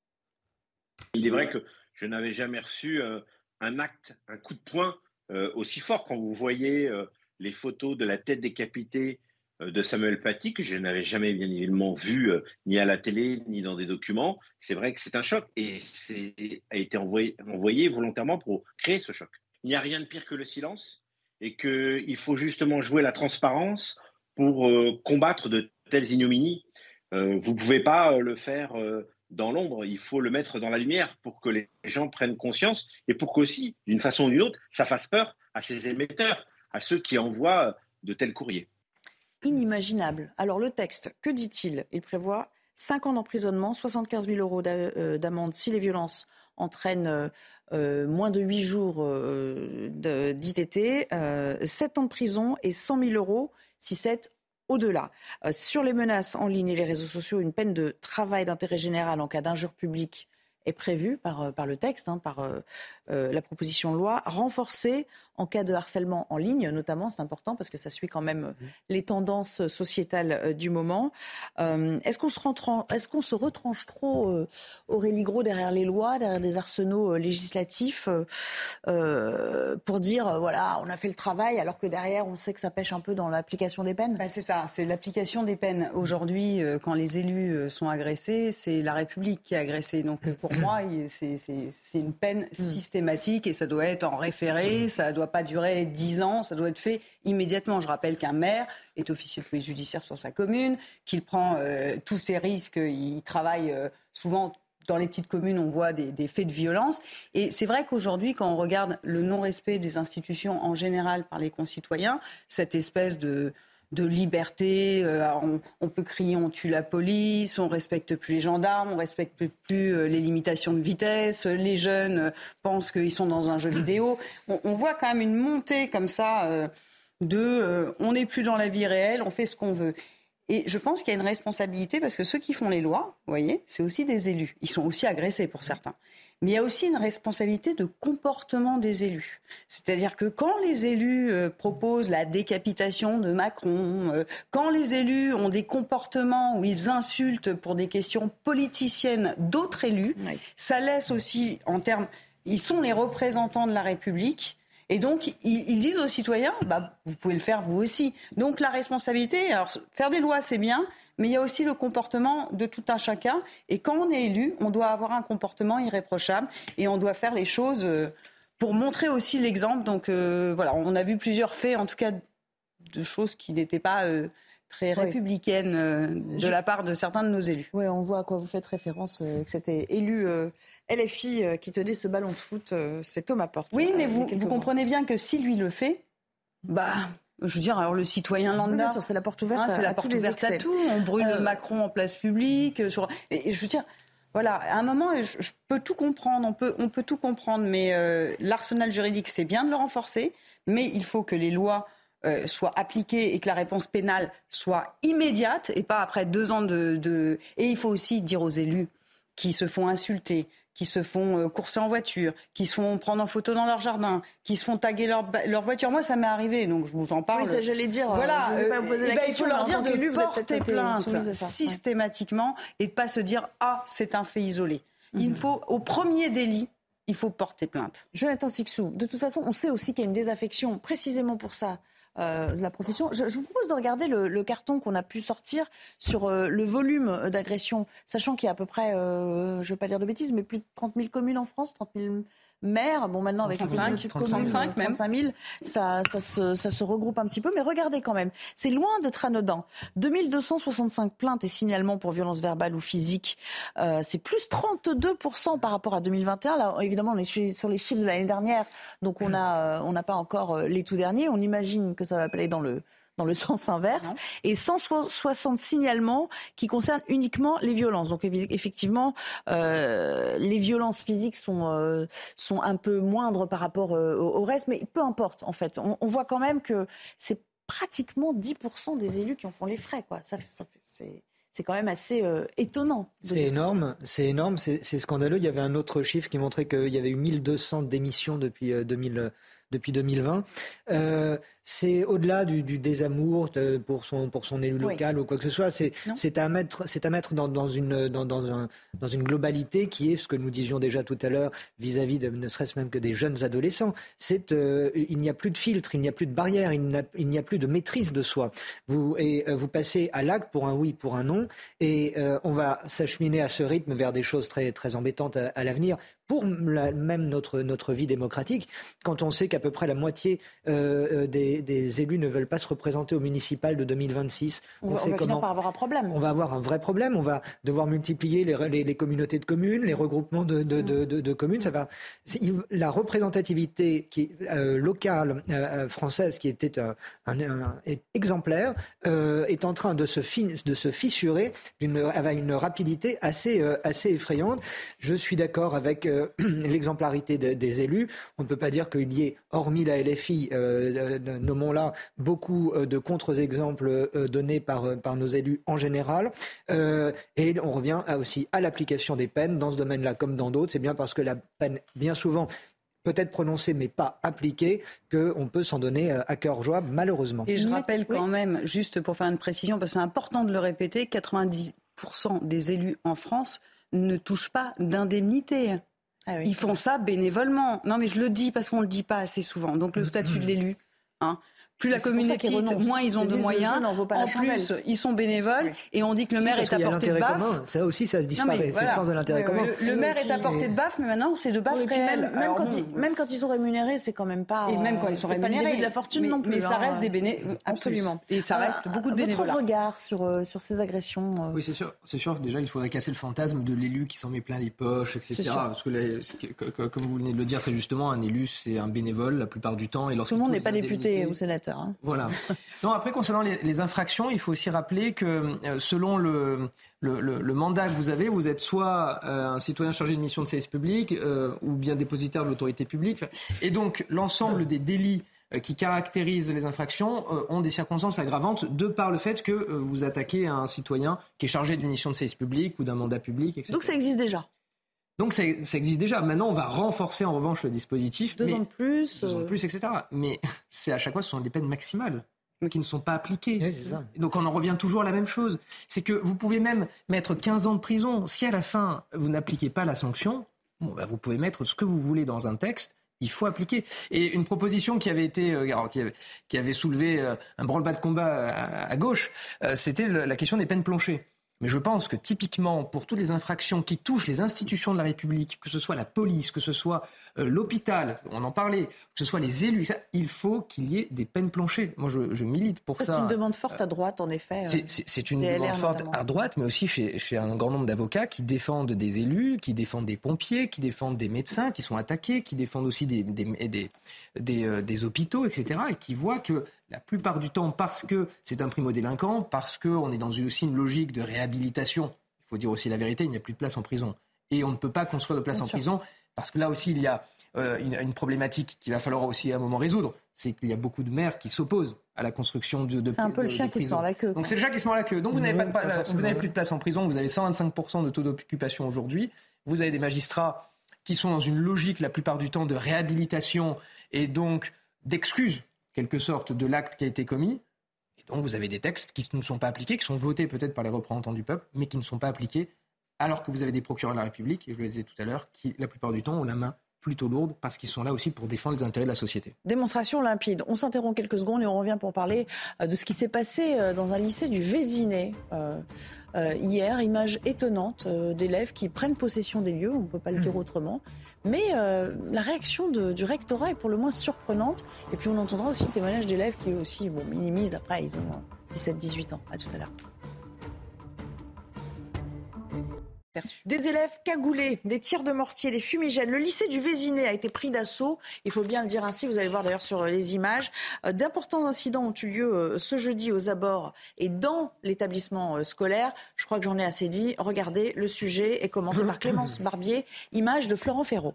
Il est vrai que je n'avais jamais reçu un acte, un coup de poing aussi fort. Quand vous voyez les photos de la tête décapitée de Samuel Paty, que je n'avais jamais bien évidemment vu ni à la télé ni dans des documents, c'est vrai que c'est un choc et a été envoyé volontairement pour créer ce choc. Il n'y a rien de pire que le silence et qu'il faut justement jouer la transparence pour combattre de telles ignominies. Vous ne pouvez pas le faire dans l'ombre, il faut le mettre dans la lumière pour que les gens prennent conscience et pour qu'aussi, d'une façon ou d'une autre, ça fasse peur à ces émetteurs, à ceux qui envoient de tels courriers. Inimaginable. Alors le texte, que dit-il ? Il prévoit 5 ans d'emprisonnement, 75 000 euros d'amende si les violences entraînent moins de 8 jours d'ITT, 7 ans de prison et 100 000 euros si c'est au-delà. Sur les menaces en ligne et les réseaux sociaux, une peine de travail d'intérêt général en cas d'injure publique est prévue par le texte, par la proposition de loi, renforcée en cas de harcèlement en ligne, notamment, c'est important parce que ça suit quand même les tendances sociétales du moment. Est-ce qu'on se retranche trop, Aurélie Gros, derrière les lois, derrière des arsenaux législatifs pour dire, voilà, on a fait le travail, alors que derrière, on sait que ça pêche un peu dans l'application des peines ? C'est ça, c'est l'application des peines. Aujourd'hui, quand les élus sont agressés, c'est la République qui est agressée. Donc pour moi, c'est une peine systématique et ça doit être en référé, ça doit pas durer 10 ans, ça doit être fait immédiatement. Je rappelle qu'un maire est officier de police judiciaire sur sa commune, qu'il prend tous ses risques, il travaille souvent dans les petites communes, on voit des faits de violence. Et c'est vrai qu'aujourd'hui, quand on regarde le non-respect des institutions en général par les concitoyens, cette espèce de liberté, on peut crier on tue la police, on respecte plus les gendarmes, on respecte plus les limitations de vitesse, les jeunes pensent qu'ils sont dans un jeu vidéo. On voit quand même une montée comme ça on n'est plus dans la vie réelle, on fait ce qu'on veut. Et je pense qu'il y a une responsabilité parce que ceux qui font les lois, vous voyez, c'est aussi des élus. Ils sont aussi agressés pour certains. Mais il y a aussi une responsabilité de comportement des élus. C'est-à-dire que quand les élus proposent la décapitation de Macron, quand les élus ont des comportements où ils insultent pour des questions politiciennes d'autres élus, ça laisse aussi en termes... Ils sont les représentants de la République. Et donc, ils disent aux citoyens, vous pouvez le faire vous aussi. Donc, la responsabilité, alors faire des lois, c'est bien, mais il y a aussi le comportement de tout un chacun. Et quand on est élu, on doit avoir un comportement irréprochable et on doit faire les choses pour montrer aussi l'exemple. Donc, voilà, on a vu plusieurs faits, en tout cas de choses qui n'étaient pas très républicaines de la part de certains de nos élus. Oui, on voit à quoi vous faites référence, que c'était élu LFI qui tenait ce ballon de foot, c'est Thomas Porte. Oui, mais vous comprenez bien que si lui le fait, je veux dire, alors le citoyen lambda, bien sûr, c'est la porte ouverte, c'est la porte ouverte à tout. On brûle Macron en place publique. Et je veux dire, voilà, à un moment, je peux tout comprendre, on peut tout comprendre, mais l'arsenal juridique, c'est bien de le renforcer, mais il faut que les lois soient appliquées et que la réponse pénale soit immédiate et pas après 2 ans de... Et il faut aussi dire aux élus qui se font insulter, qui se font courser en voiture, qui se font prendre en photo dans leur jardin, qui se font taguer leur voiture. Moi, ça m'est arrivé, donc je vous en parle. Oui, ça, j'allais dire. Voilà, je vais pas vous poser la question, il faut leur dire de porter plainte ça. systématiquement et de pas se dire « Ah, c'est un fait isolé ». Il faut, au premier délit, il faut porter plainte. Jonathan Sicsou, de toute façon, on sait aussi qu'il y a une désaffection précisément pour ça. De la profession. Je vous propose de regarder le carton qu'on a pu sortir sur le volume d'agression, sachant qu'il y a à peu près, je ne veux pas dire de bêtises, mais plus de 30 000 communes en France, 30 000 maires. Bon, maintenant, avec 35 000, ça se regroupe un petit peu. Mais regardez quand même, c'est loin d'être anodin. 2265 plaintes et signalements pour violences verbales ou physiques. C'est plus 32% par rapport à 2021. Là, évidemment, on est sur les chiffres de l'année dernière. Donc, on n'a pas encore les tout derniers. On imagine que ça va aller dans le sens inverse, et 160 signalements qui concernent uniquement les violences. Donc effectivement, les violences physiques sont un peu moindres par rapport au reste, mais peu importe en fait. On voit quand même que c'est pratiquement 10% des élus qui en font les frais, quoi. C'est quand même assez étonnant. C'est énorme, c'est scandaleux. Il y avait un autre chiffre qui montrait qu'il y avait eu 1200 démissions depuis 2020. C'est au-delà du désamour pour son élu local ou quoi que ce soit. C'est à mettre dans une globalité qui est ce que nous disions déjà tout à l'heure vis-à-vis de ne serait-ce même que des jeunes adolescents. Il n'y a plus de filtre, il n'y a plus de barrière, il n'y a plus de maîtrise de soi. Vous passez à l'acte pour un oui, pour un non, et on va s'acheminer à ce rythme vers des choses très, très embêtantes à l'avenir. Pour même notre vie démocratique, quand on sait qu'à peu près la moitié des élus ne veulent pas se représenter au municipal de 2026. On va finir par avoir un problème. On va avoir un vrai problème. On va devoir multiplier les communautés de communes, les regroupements de communes. La représentativité locale française, qui était exemplaire, est en train de se fissurer avec une rapidité assez effrayante. Je suis d'accord avec l'exemplarité des élus. On ne peut pas dire qu'il y ait, hormis la LFI, nommons-là, beaucoup de contre-exemples donnés par nos élus en général. Et on revient aussi à l'application des peines dans ce domaine-là comme dans d'autres. C'est bien parce que la peine, bien souvent, peut être prononcée mais pas appliquée, qu'on peut s'en donner à cœur joie, malheureusement. Et je rappelle quand même, juste pour faire une précision, parce que c'est important de le répéter, 90% des élus en France ne touchent pas d'indemnité. Ah oui. Ils font ça bénévolement. Non, mais je le dis parce qu'on ne le dit pas assez souvent. Donc le statut de l'élu, plus la commune est petite, moins ils ont de moyens. En plus, ils sont bénévoles et on dit que le maire est à portée de baffe. Ça aussi, ça se disparaît. C'est le sens de l'intérêt commun. Le maire est à portée de baffe, mais maintenant, c'est de baffe réelle. Même quand ils sont rémunérés, c'est quand même pas. Et même quand ils sont rémunérés, c'est pas le début de la fortune non plus. Mais ça reste des bénévoles. Absolument. Et ça reste beaucoup de bénévoles. Votre regard sur ces agressions. Oui, c'est sûr. Déjà, il faudrait casser le fantasme de l'élu qui s'en met plein les poches, etc. Parce que, comme vous venez de le dire très justement, un élu, c'est un bénévole la plupart du temps. Tout le monde n'est pas député ou sénateur. Voilà. Non, après, concernant les infractions, il faut aussi rappeler que selon le mandat que vous avez, vous êtes soit un citoyen chargé d'une mission de service public ou bien dépositaire de l'autorité publique. Et donc, l'ensemble des délits qui caractérisent les infractions ont des circonstances aggravantes de par le fait que vous attaquez un citoyen qui est chargé d'une mission de service public ou d'un mandat public, etc. Donc ça existe déjà. Donc ça existe déjà. Maintenant, on va renforcer en revanche le dispositif. 2 ans de plus. 2 ans de plus, etc. Mais c'est à chaque fois, ce sont des peines maximales qui ne sont pas appliquées. Oui, c'est ça. Donc on en revient toujours à la même chose. C'est que vous pouvez même mettre 15 ans de prison. Si à la fin, vous n'appliquez pas la sanction, vous pouvez mettre ce que vous voulez dans un texte. Il faut appliquer. Et une proposition qui avait été, qui avait soulevé un branle-bas de combat à gauche, c'était la question des peines planchées. Mais je pense que typiquement, pour toutes les infractions qui touchent les institutions de la République, que ce soit la police, que ce soit l'hôpital, on en parlait, que ce soit les élus, il faut qu'il y ait des peines planchées. Moi, je milite pour ça. C'est une demande forte à droite, en effet. C'est une demande forte à droite, mais aussi chez un grand nombre d'avocats qui défendent des élus, qui défendent des pompiers, qui défendent des médecins qui sont attaqués, qui défendent aussi des hôpitaux, etc. Et qui voient que la plupart du temps, parce que c'est un primo-délinquant, parce qu'on est dans aussi une logique de réhabilitation, il faut dire aussi la vérité, il n'y a plus de place en prison. Et on ne peut pas construire de place en prison, parce que là aussi, il y a une problématique qu'il va falloir aussi à un moment résoudre. C'est qu'il y a beaucoup de maires qui s'opposent à la construction de c'est un peu le chien qui se mord la queue. Donc c'est le chien qui se mord la queue. Donc vous n'avez plus de place en prison, vous avez 125% de taux d'occupation aujourd'hui, vous avez des magistrats qui sont dans une logique la plupart du temps de réhabilitation et donc d'excuse quelque sorte de l'acte qui a été commis. Et donc vous avez des textes qui ne sont pas appliqués, qui sont votés peut-être par les représentants du peuple, mais qui ne sont pas appliqués, alors que vous avez des procureurs de la République, et je le disais tout à l'heure, qui la plupart du temps ont la main plutôt lourde parce qu'ils sont là aussi pour défendre les intérêts de la société. Démonstration limpide. On s'interrompt quelques secondes et on revient pour parler de ce qui s'est passé dans un lycée du Vésinet. Hier, image étonnante d'élèves qui prennent possession des lieux, on ne peut pas le dire autrement. Mais la réaction du rectorat est pour le moins surprenante. Et puis on entendra aussi le témoignage d'élèves qui aussi minimisent. Après, ils ont 17-18 ans. À tout à l'heure. Des élèves cagoulés, des tirs de mortier, des fumigènes. Le lycée du Vésinet a été pris d'assaut. Il faut bien le dire ainsi. Vous allez voir d'ailleurs sur les images. D'importants incidents ont eu lieu ce jeudi aux abords et dans l'établissement scolaire. Je crois que j'en ai assez dit. Regardez, le sujet est commenté par Clémence Barbier. Image de Florent Ferraud.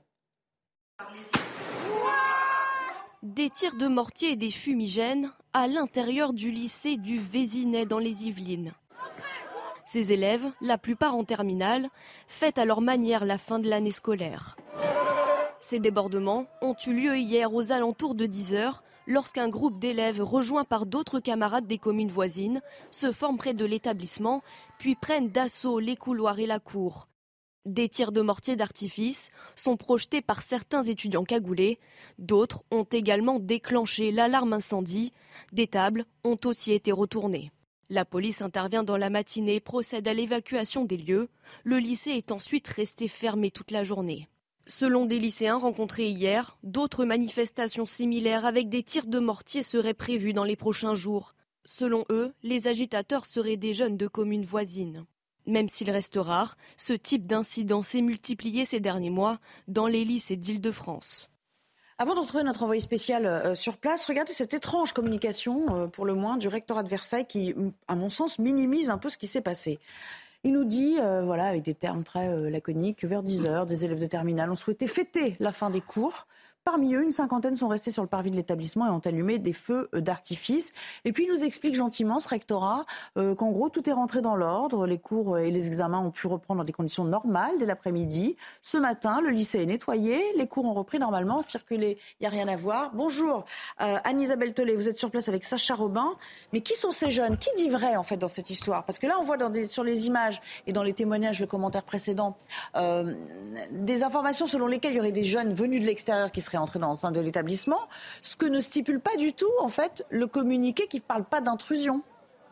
Des tirs de mortier et des fumigènes à l'intérieur du lycée du Vésinet dans les Yvelines. Ces élèves, la plupart en terminale, fêtent à leur manière la fin de l'année scolaire. Ces débordements ont eu lieu hier aux alentours de 10h, lorsqu'un groupe d'élèves rejoints par d'autres camarades des communes voisines se forment près de l'établissement, puis prennent d'assaut les couloirs et la cour. Des tirs de mortier d'artifice sont projetés par certains étudiants cagoulés. D'autres ont également déclenché l'alarme incendie. Des tables ont aussi été retournées. La police intervient dans la matinée et procède à l'évacuation des lieux. Le lycée est ensuite resté fermé toute la journée. Selon des lycéens rencontrés hier, d'autres manifestations similaires avec des tirs de mortier seraient prévues dans les prochains jours. Selon eux, les agitateurs seraient des jeunes de communes voisines. Même s'il reste rare, ce type d'incident s'est multiplié ces derniers mois dans les lycées d'Île-de-France. Avant de retrouver notre envoyé spécial sur place, regardez cette étrange communication, pour le moins, du rectorat de Versailles qui, à mon sens, minimise un peu ce qui s'est passé. Il nous dit, avec des termes très laconiques, que vers 10h, des élèves de terminale ont souhaité fêter la fin des cours. Parmi eux, une cinquantaine sont restés sur le parvis de l'établissement et ont allumé des feux d'artifice. Et puis, il nous explique gentiment, ce rectorat, qu'en gros, tout est rentré dans l'ordre. Les cours et les examens ont pu reprendre dans des conditions normales dès l'après-midi. Ce matin, le lycée est nettoyé. Les cours ont repris normalement, circulé. Il n'y a rien à voir. Bonjour, Anne-Isabelle Tollet, vous êtes sur place avec Sacha Robin. Mais qui sont ces jeunes ? Qui dit vrai, en fait, dans cette histoire ? Parce que là, on voit sur les images et dans les témoignages, le commentaire précédent, des informations selon lesquelles il y aurait des jeunes venus de l'extérieur qui seraient entrés dans l'enceinte de l'établissement, ce que ne stipule pas du tout, en fait, le communiqué qui ne parle pas d'intrusion.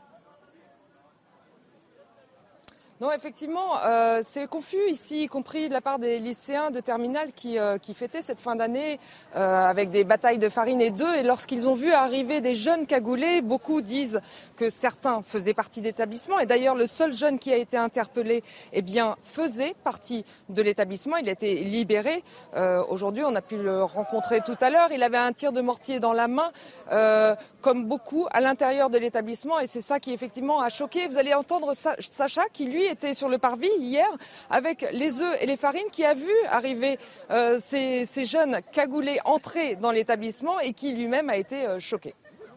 Non, effectivement, c'est confus ici, y compris de la part des lycéens de terminale qui fêtaient cette fin d'année avec des batailles de farine et d'œufs. Et lorsqu'ils ont vu arriver des jeunes cagoulés, beaucoup disent que certains faisaient partie d'établissement. Et d'ailleurs, le seul jeune qui a été interpellé, faisait partie de l'établissement. Il a été libéré. Aujourd'hui, on a pu le rencontrer tout à l'heure. Il avait un tir de mortier dans la main, comme beaucoup à l'intérieur de l'établissement. Et c'est ça qui, effectivement, a choqué. Vous allez entendre Sacha, qui, lui, était sur le parvis hier avec les œufs et les farines, qui a vu arriver ces jeunes cagoulés entrer dans l'établissement et qui lui-même a été choqué.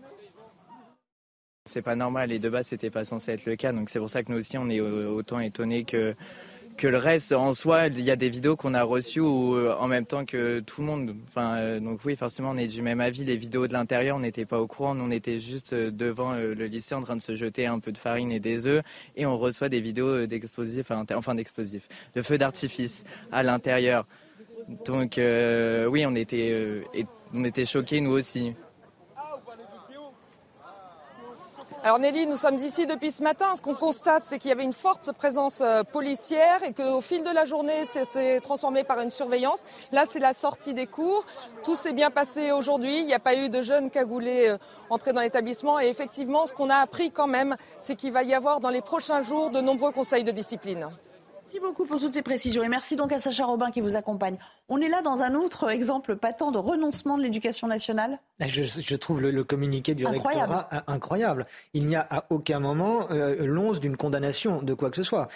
C'est pas normal et de base c'était pas censé être le cas, donc c'est pour ça que nous aussi on est autant étonnés que le reste. En soi, il y a des vidéos qu'on a reçues où, en même temps que tout le monde. Donc oui, forcément, on est du même avis. Les vidéos de l'intérieur, on n'était pas au courant. Nous, on était juste devant le lycée en train de se jeter un peu de farine et des œufs. Et on reçoit des vidéos d'explosifs, de feux d'artifice à l'intérieur. Donc oui, on était choqués, nous aussi. Alors Nelly, nous sommes ici depuis ce matin. Ce qu'on constate, c'est qu'il y avait une forte présence policière et qu'au fil de la journée, ça s'est transformé par une surveillance. Là, c'est la sortie des cours. Tout s'est bien passé aujourd'hui. Il n'y a pas eu de jeunes cagoulés entrés dans l'établissement. Et effectivement, ce qu'on a appris quand même, c'est qu'il va y avoir dans les prochains jours de nombreux conseils de discipline. Merci beaucoup pour toutes ces précisions et merci donc à Sacha Robin qui vous accompagne. On est là dans un autre exemple patent de renoncement de l'éducation nationale. Je trouve le communiqué du rectorat incroyable. Il n'y a à aucun moment l'once d'une condamnation de quoi que ce soit.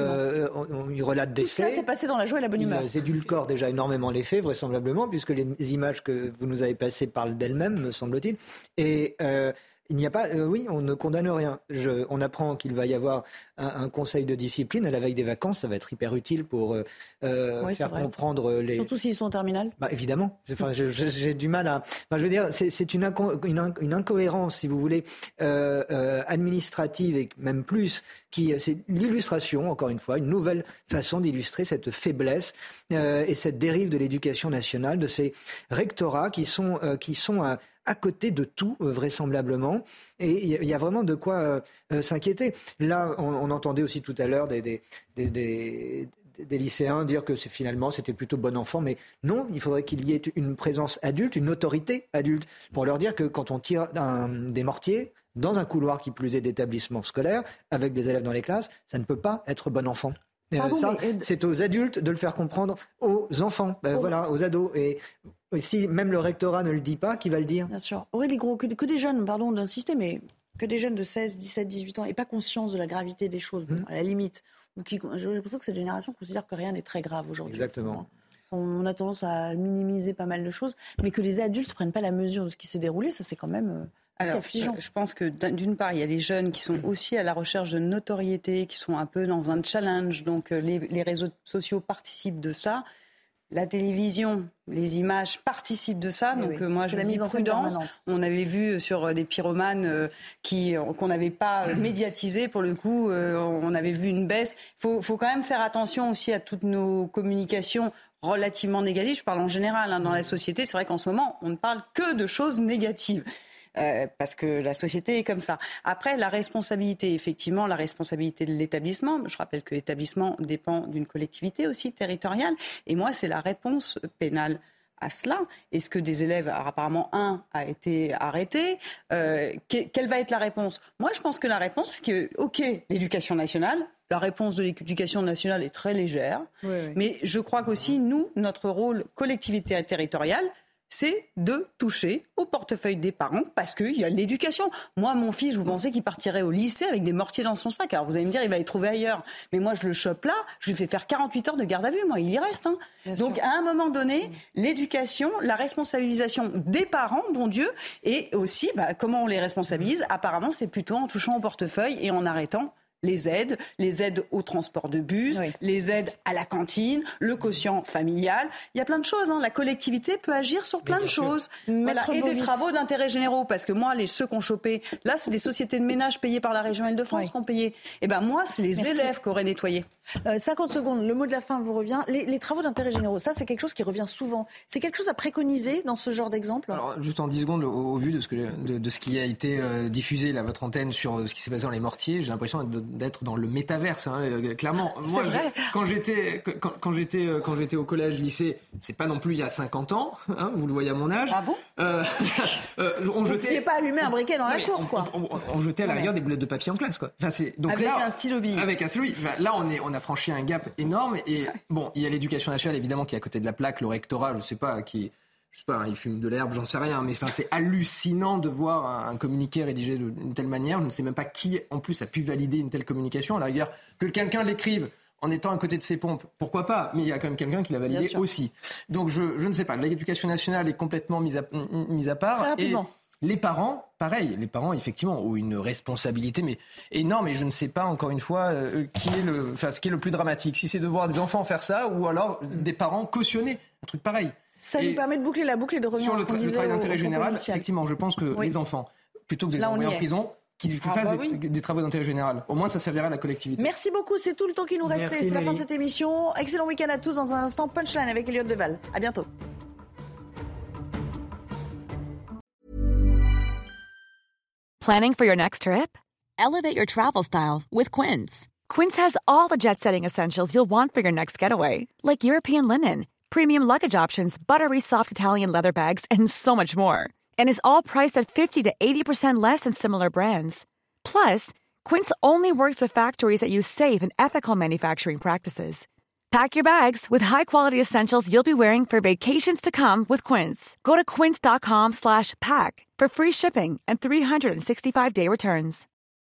Il relate des faits. Tout ça s'est passé dans la joie et la bonne humeur. Ils édulcorent déjà énormément les faits, vraisemblablement, puisque les images que vous nous avez passées parlent d'elles-mêmes, me semble-t-il. Et il n'y a pas, on ne condamne rien. On apprend qu'il va y avoir un conseil de discipline à la veille des vacances. Ça va être hyper utile pour faire comprendre les. Surtout s'ils sont en terminale. Évidemment. J'ai du mal à. Je veux dire, c'est une incohérence, si vous voulez, administrative et même plus. C'est l'illustration, encore une fois, une nouvelle façon d'illustrer cette faiblesse et cette dérive de l'éducation nationale, de ces rectorats qui sont à côté de tout, vraisemblablement. Et il y a vraiment de quoi s'inquiéter. Là, on entendait aussi tout à l'heure des lycéens dire que finalement c'était plutôt bon enfant, mais non, il faudrait qu'il y ait une présence adulte, une autorité adulte, pour leur dire que quand on tire des mortiers dans un couloir qui plus est d'établissement scolaire, avec des élèves dans les classes, ça ne peut pas être bon enfant. C'est aux adultes de le faire comprendre aux enfants, aux ados. Et si même le rectorat ne le dit pas, qui va le dire ? Bien sûr. Aurélie Gros, que des jeunes, pardon d'insister, mais que des jeunes de 16, 17, 18 ans n'aient pas conscience de la gravité des choses, à la limite. J'ai l'impression que cette génération considère que rien n'est très grave aujourd'hui. Exactement. On a tendance à minimiser pas mal de choses, mais que les adultes ne prennent pas la mesure de ce qui s'est déroulé, ça c'est quand même... Alors, affligeant. Je pense que d'une part, il y a les jeunes qui sont aussi à la recherche de notoriété, qui sont un peu dans un challenge. Donc les réseaux sociaux participent de ça. La télévision, les images participent de ça. Donc moi, je dis prudence. On avait vu sur des pyromanes qu'on n'avait pas médiatisé. Pour le coup, on avait vu une baisse. Il faut quand même faire attention aussi à toutes nos communications relativement négatives. Je parle en général dans la société. C'est vrai qu'en ce moment, on ne parle que de choses négatives. Parce que la société est comme ça. Après, la responsabilité, effectivement, la responsabilité de l'établissement. Je rappelle que l'établissement dépend d'une collectivité aussi territoriale. Et moi, c'est la réponse pénale à cela. Est-ce que des élèves, apparemment un a été arrêté, quelle va être la réponse ? Moi, je pense que la réponse, c'est que, OK, l'éducation nationale, la réponse de l'éducation nationale est très légère. Mais je crois qu'aussi, nous, notre rôle collectivité territoriale, c'est de toucher au portefeuille des parents parce qu'il y a l'éducation. Moi, mon fils, vous pensez qu'il partirait au lycée avec des mortiers dans son sac ? Alors vous allez me dire, il va les trouver ailleurs. Mais moi, je le chope là, je lui fais faire 48 heures de garde à vue. Moi, il y reste. Donc, à un moment donné, l'éducation, la responsabilisation des parents, bon Dieu, et aussi, comment on les responsabilise ? Apparemment, c'est plutôt en touchant au portefeuille et en arrêtant les aides au transport de bus, les aides à la cantine, le quotient familial. Il y a plein de choses. La collectivité peut agir sur plein de choses. Et des travaux d'intérêt généraux. Parce que moi, ceux qu'on chopé, là, c'est des sociétés de ménage payées par la région Île-de-France qui ont payé. Et moi, c'est les élèves qui auraient nettoyé. 50 secondes, le mot de la fin vous revient. Les travaux d'intérêt généraux, ça, c'est quelque chose qui revient souvent. C'est quelque chose à préconiser dans ce genre d'exemple ? Alors, juste en 10 secondes, au vu de ce qui a été diffusé à votre antenne sur ce qui s'est passé dans les mortiers, j'ai l'impression d'être dans le métaverse, clairement. Moi, quand j'étais au collège, lycée, c'est pas non plus il y a 50 ans, vous le voyez à mon âge. Ah bon on jetait... pouvez pas allumer un briquet dans la cour, quoi. On jetait à la rigueur des boulettes de papier en classe, quoi. Donc avec un stylo bille. Avec un stylo bille. Là, on a franchi un gap énorme. Et bon, il y a l'éducation nationale, évidemment, qui est à côté de la plaque, le rectorat, je sais pas, il fume de l'herbe, j'en sais rien, mais c'est hallucinant de voir un communiqué rédigé d'une telle manière. Je ne sais même pas qui, en plus, a pu valider une telle communication. À la rigueur, que quelqu'un l'écrive en étant à côté de ses pompes, pourquoi pas ? Mais il y a quand même quelqu'un qui l'a validé aussi. Donc je ne sais pas. L'éducation nationale est complètement mise à part. Très rapidement. Et les parents, pareil. Les parents, effectivement, ont une responsabilité, mais énorme. Et je ne sais pas, encore une fois, ce qui est le plus dramatique. Si c'est de voir des enfants faire ça, ou alors des parents cautionner un truc pareil. Ça nous permet de boucler la boucle et de revenir sur à ce qu'on disait le travail d'intérêt général. initial. Effectivement, je pense que les enfants, plutôt que de les envoyer en prison, qu'ils fassent des travaux d'intérêt général. Au moins, ça servira à la collectivité. Merci beaucoup, c'est tout le temps qui nous restait. C'est la fin de cette émission. Excellent week-end à tous. Dans un instant, Punchline avec Elliott Deval. À bientôt. Planning for your next trip? Elevate your travel style with Quince. Quince has all the jet-setting essentials you'll want for your next getaway, like European linen, premium luggage options, buttery soft Italian leather bags, and so much more. And is all priced at 50 to 80% less than similar brands. Plus, Quince only works with factories that use safe and ethical manufacturing practices. Pack your bags with high-quality essentials you'll be wearing for vacations to come with Quince. Go to quince.com/pack for free shipping and 365-day returns.